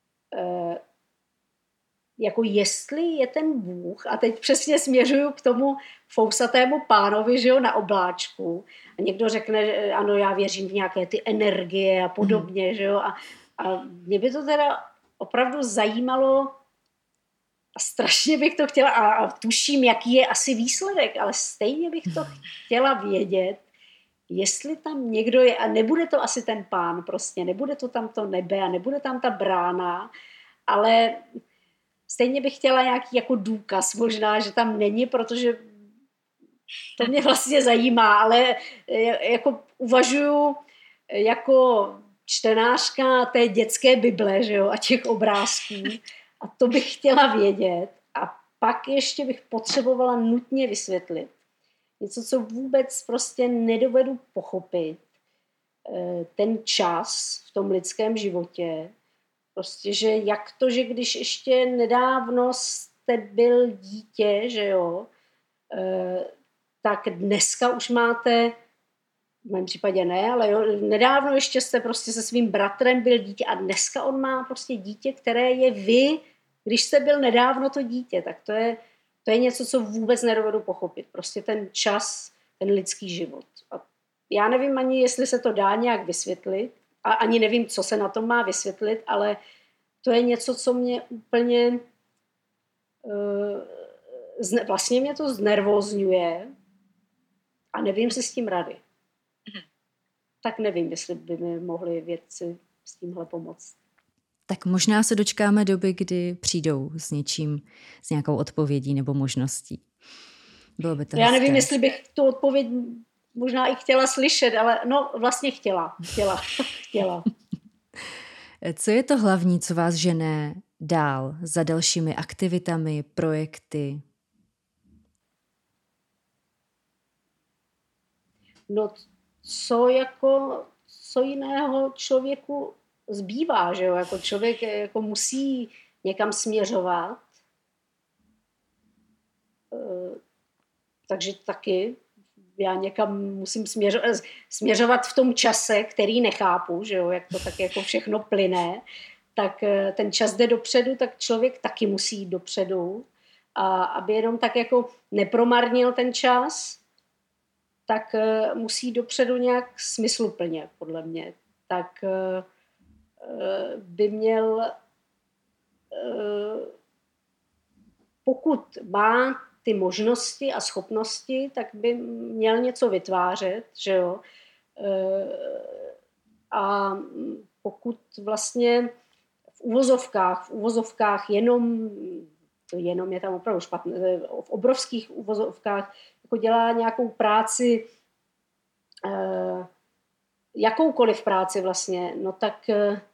jako jestli je ten Bůh, a teď přesně směřuju k tomu fousatému pánovi, že jo, na obláčku. A někdo řekne, ano, já věřím v nějaké ty energie a podobně, že jo. A mě by to teda opravdu zajímalo a strašně bych to chtěla a tuším, jaký je asi výsledek, ale stejně bych to chtěla vědět, jestli tam někdo je, a nebude to asi ten pán prostě, nebude to tam to nebe a nebude tam ta brána, ale stejně bych chtěla nějaký jako důkaz možná, že tam není, protože to mě vlastně zajímá, ale jako uvažuju jako čtenářka té dětské Bible, že jo, a těch obrázků. A to bych chtěla vědět. A pak ještě bych potřebovala nutně vysvětlit. Něco, co vůbec prostě nedovedu pochopit. Ten čas v tom lidském životě. Prostě, že jak to, že když ještě nedávno jste byl dítě, že jo, tak dneska už máte, v mém případě ne, ale jo, nedávno ještě jste prostě se svým bratrem byl dítě a dneska on má prostě dítě, které je vy, když jste byl nedávno to dítě, tak to je něco, co vůbec nedovedu pochopit. Prostě ten čas, ten lidský život. A já nevím ani, jestli se to dá nějak vysvětlit a ani nevím, co se na tom má vysvětlit, ale to je něco, co mě úplně vlastně mě to znervózňuje a nevím si s tím rady. Tak nevím, jestli by mi mohli vědci s tímhle pomoct. Tak možná se dočkáme doby, kdy přijdou s něčím, s nějakou odpovědí nebo možností. Bylo by to Já hezké. nevím, jestli bych tu odpověď možná i chtěla slyšet, ale no vlastně chtěla. Co je to hlavní, co vás žene dál za dalšími aktivitami, projekty? No co jiného člověku zbývá, že jo? Jako člověk jako musí někam směřovat. Takže taky já někam musím směřovat v tom čase, který nechápu, že jo? Jak to tak jako všechno plyne. Tak ten čas jde dopředu, tak člověk taky musí jít dopředu. A aby jenom tak jako nepromarnil ten čas, tak musí dopředu nějak smysluplně, podle mě. Tak by měl, pokud má ty možnosti a schopnosti, tak by měl něco vytvářet, že jo. A pokud vlastně v uvozovkách jenom je tam opravdu špatné, v obrovských uvozovkách jako dělá nějakou práci, jakoukoliv práci vlastně, no tak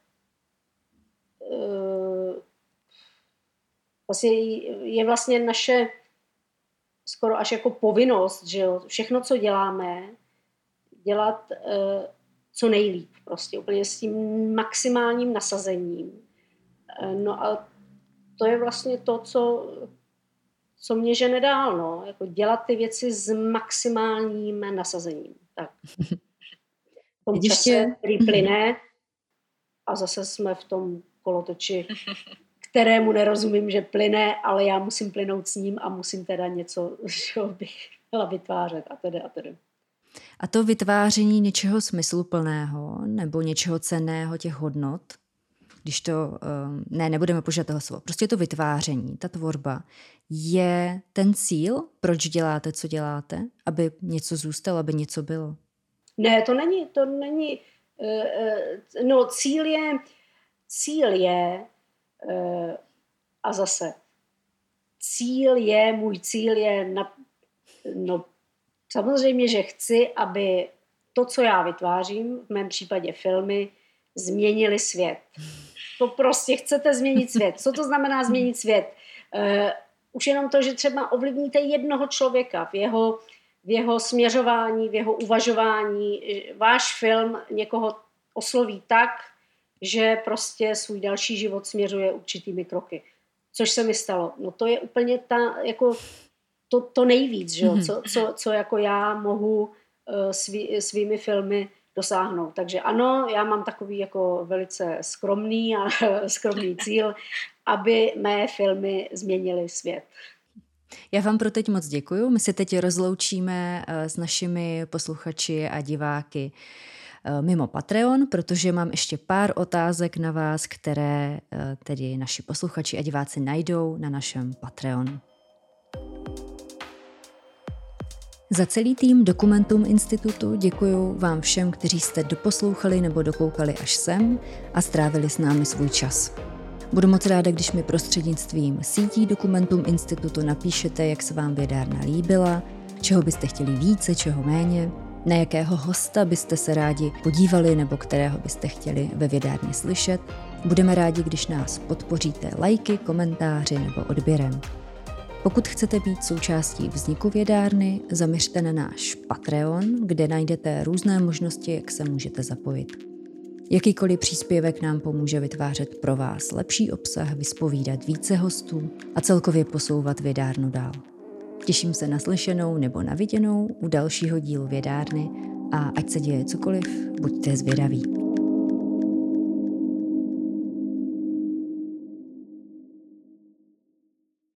vlastně je vlastně naše skoro až jako povinnost, že jo, všechno, co děláme, dělat co nejlíp, prostě úplně s tím maximálním nasazením. No a to je vlastně to, co mě žene dál, no, jako dělat ty věci s maximálním nasazením. Tak. V tom čase, který plyne, a zase jsme v tom kolotoči, kterému nerozumím, že plyne, ale já musím plynout s ním a musím teda něco, co bych chtěla vytvářet a tedy. A to vytváření něčeho smysluplného nebo něčeho cenného, těch hodnot, když to, nebudeme používat toho slova, prostě to vytváření, ta tvorba, je ten cíl, proč děláte, co děláte, aby něco zůstalo, aby něco bylo? Ne, to není, no cíl je, a zase, můj cíl je, no samozřejmě, že chci, aby to, co já vytvářím, v mém případě filmy, změnili svět. To prostě chcete změnit svět. Co to znamená změnit svět? Už jenom to, že třeba ovlivníte jednoho člověka v jeho směřování, v jeho uvažování. Váš film někoho osloví tak, že prostě svůj další život směřuje určitými kroky. Což se mi stalo. No to je úplně to nejvíc, že jo? Co jako já mohu svými filmy dosáhnout. Takže ano, já mám takový jako velice skromný cíl, aby mé filmy změnily svět. Já vám pro teď moc děkuju. My se teď rozloučíme s našimi posluchači a diváky mimo Patreon, protože mám ještě pár otázek na vás, které tedy naši posluchači a diváci najdou na našem Patreonu. Za celý tým Dokumentum Institutu děkuju vám všem, kteří jste doposlouchali nebo dokoukali až sem a strávili s námi svůj čas. Budu moc ráda, když mi prostřednictvím sítí Dokumentum Institutu napíšete, jak se vám vědárna líbila, čeho byste chtěli více, čeho méně, na jakého hosta byste se rádi podívali nebo kterého byste chtěli ve vědárně slyšet. Budeme rádi, když nás podpoříte lajky, komentáři nebo odběrem. Pokud chcete být součástí vzniku vědárny, zaměřte na náš Patreon, kde najdete různé možnosti, jak se můžete zapojit. Jakýkoliv příspěvek nám pomůže vytvářet pro vás lepší obsah, vyspovídat více hostů a celkově posouvat vědárnu dál. Těším se na slyšenou nebo na viděnou u dalšího dílu vědárny a ať se děje cokoliv, buďte zvědaví.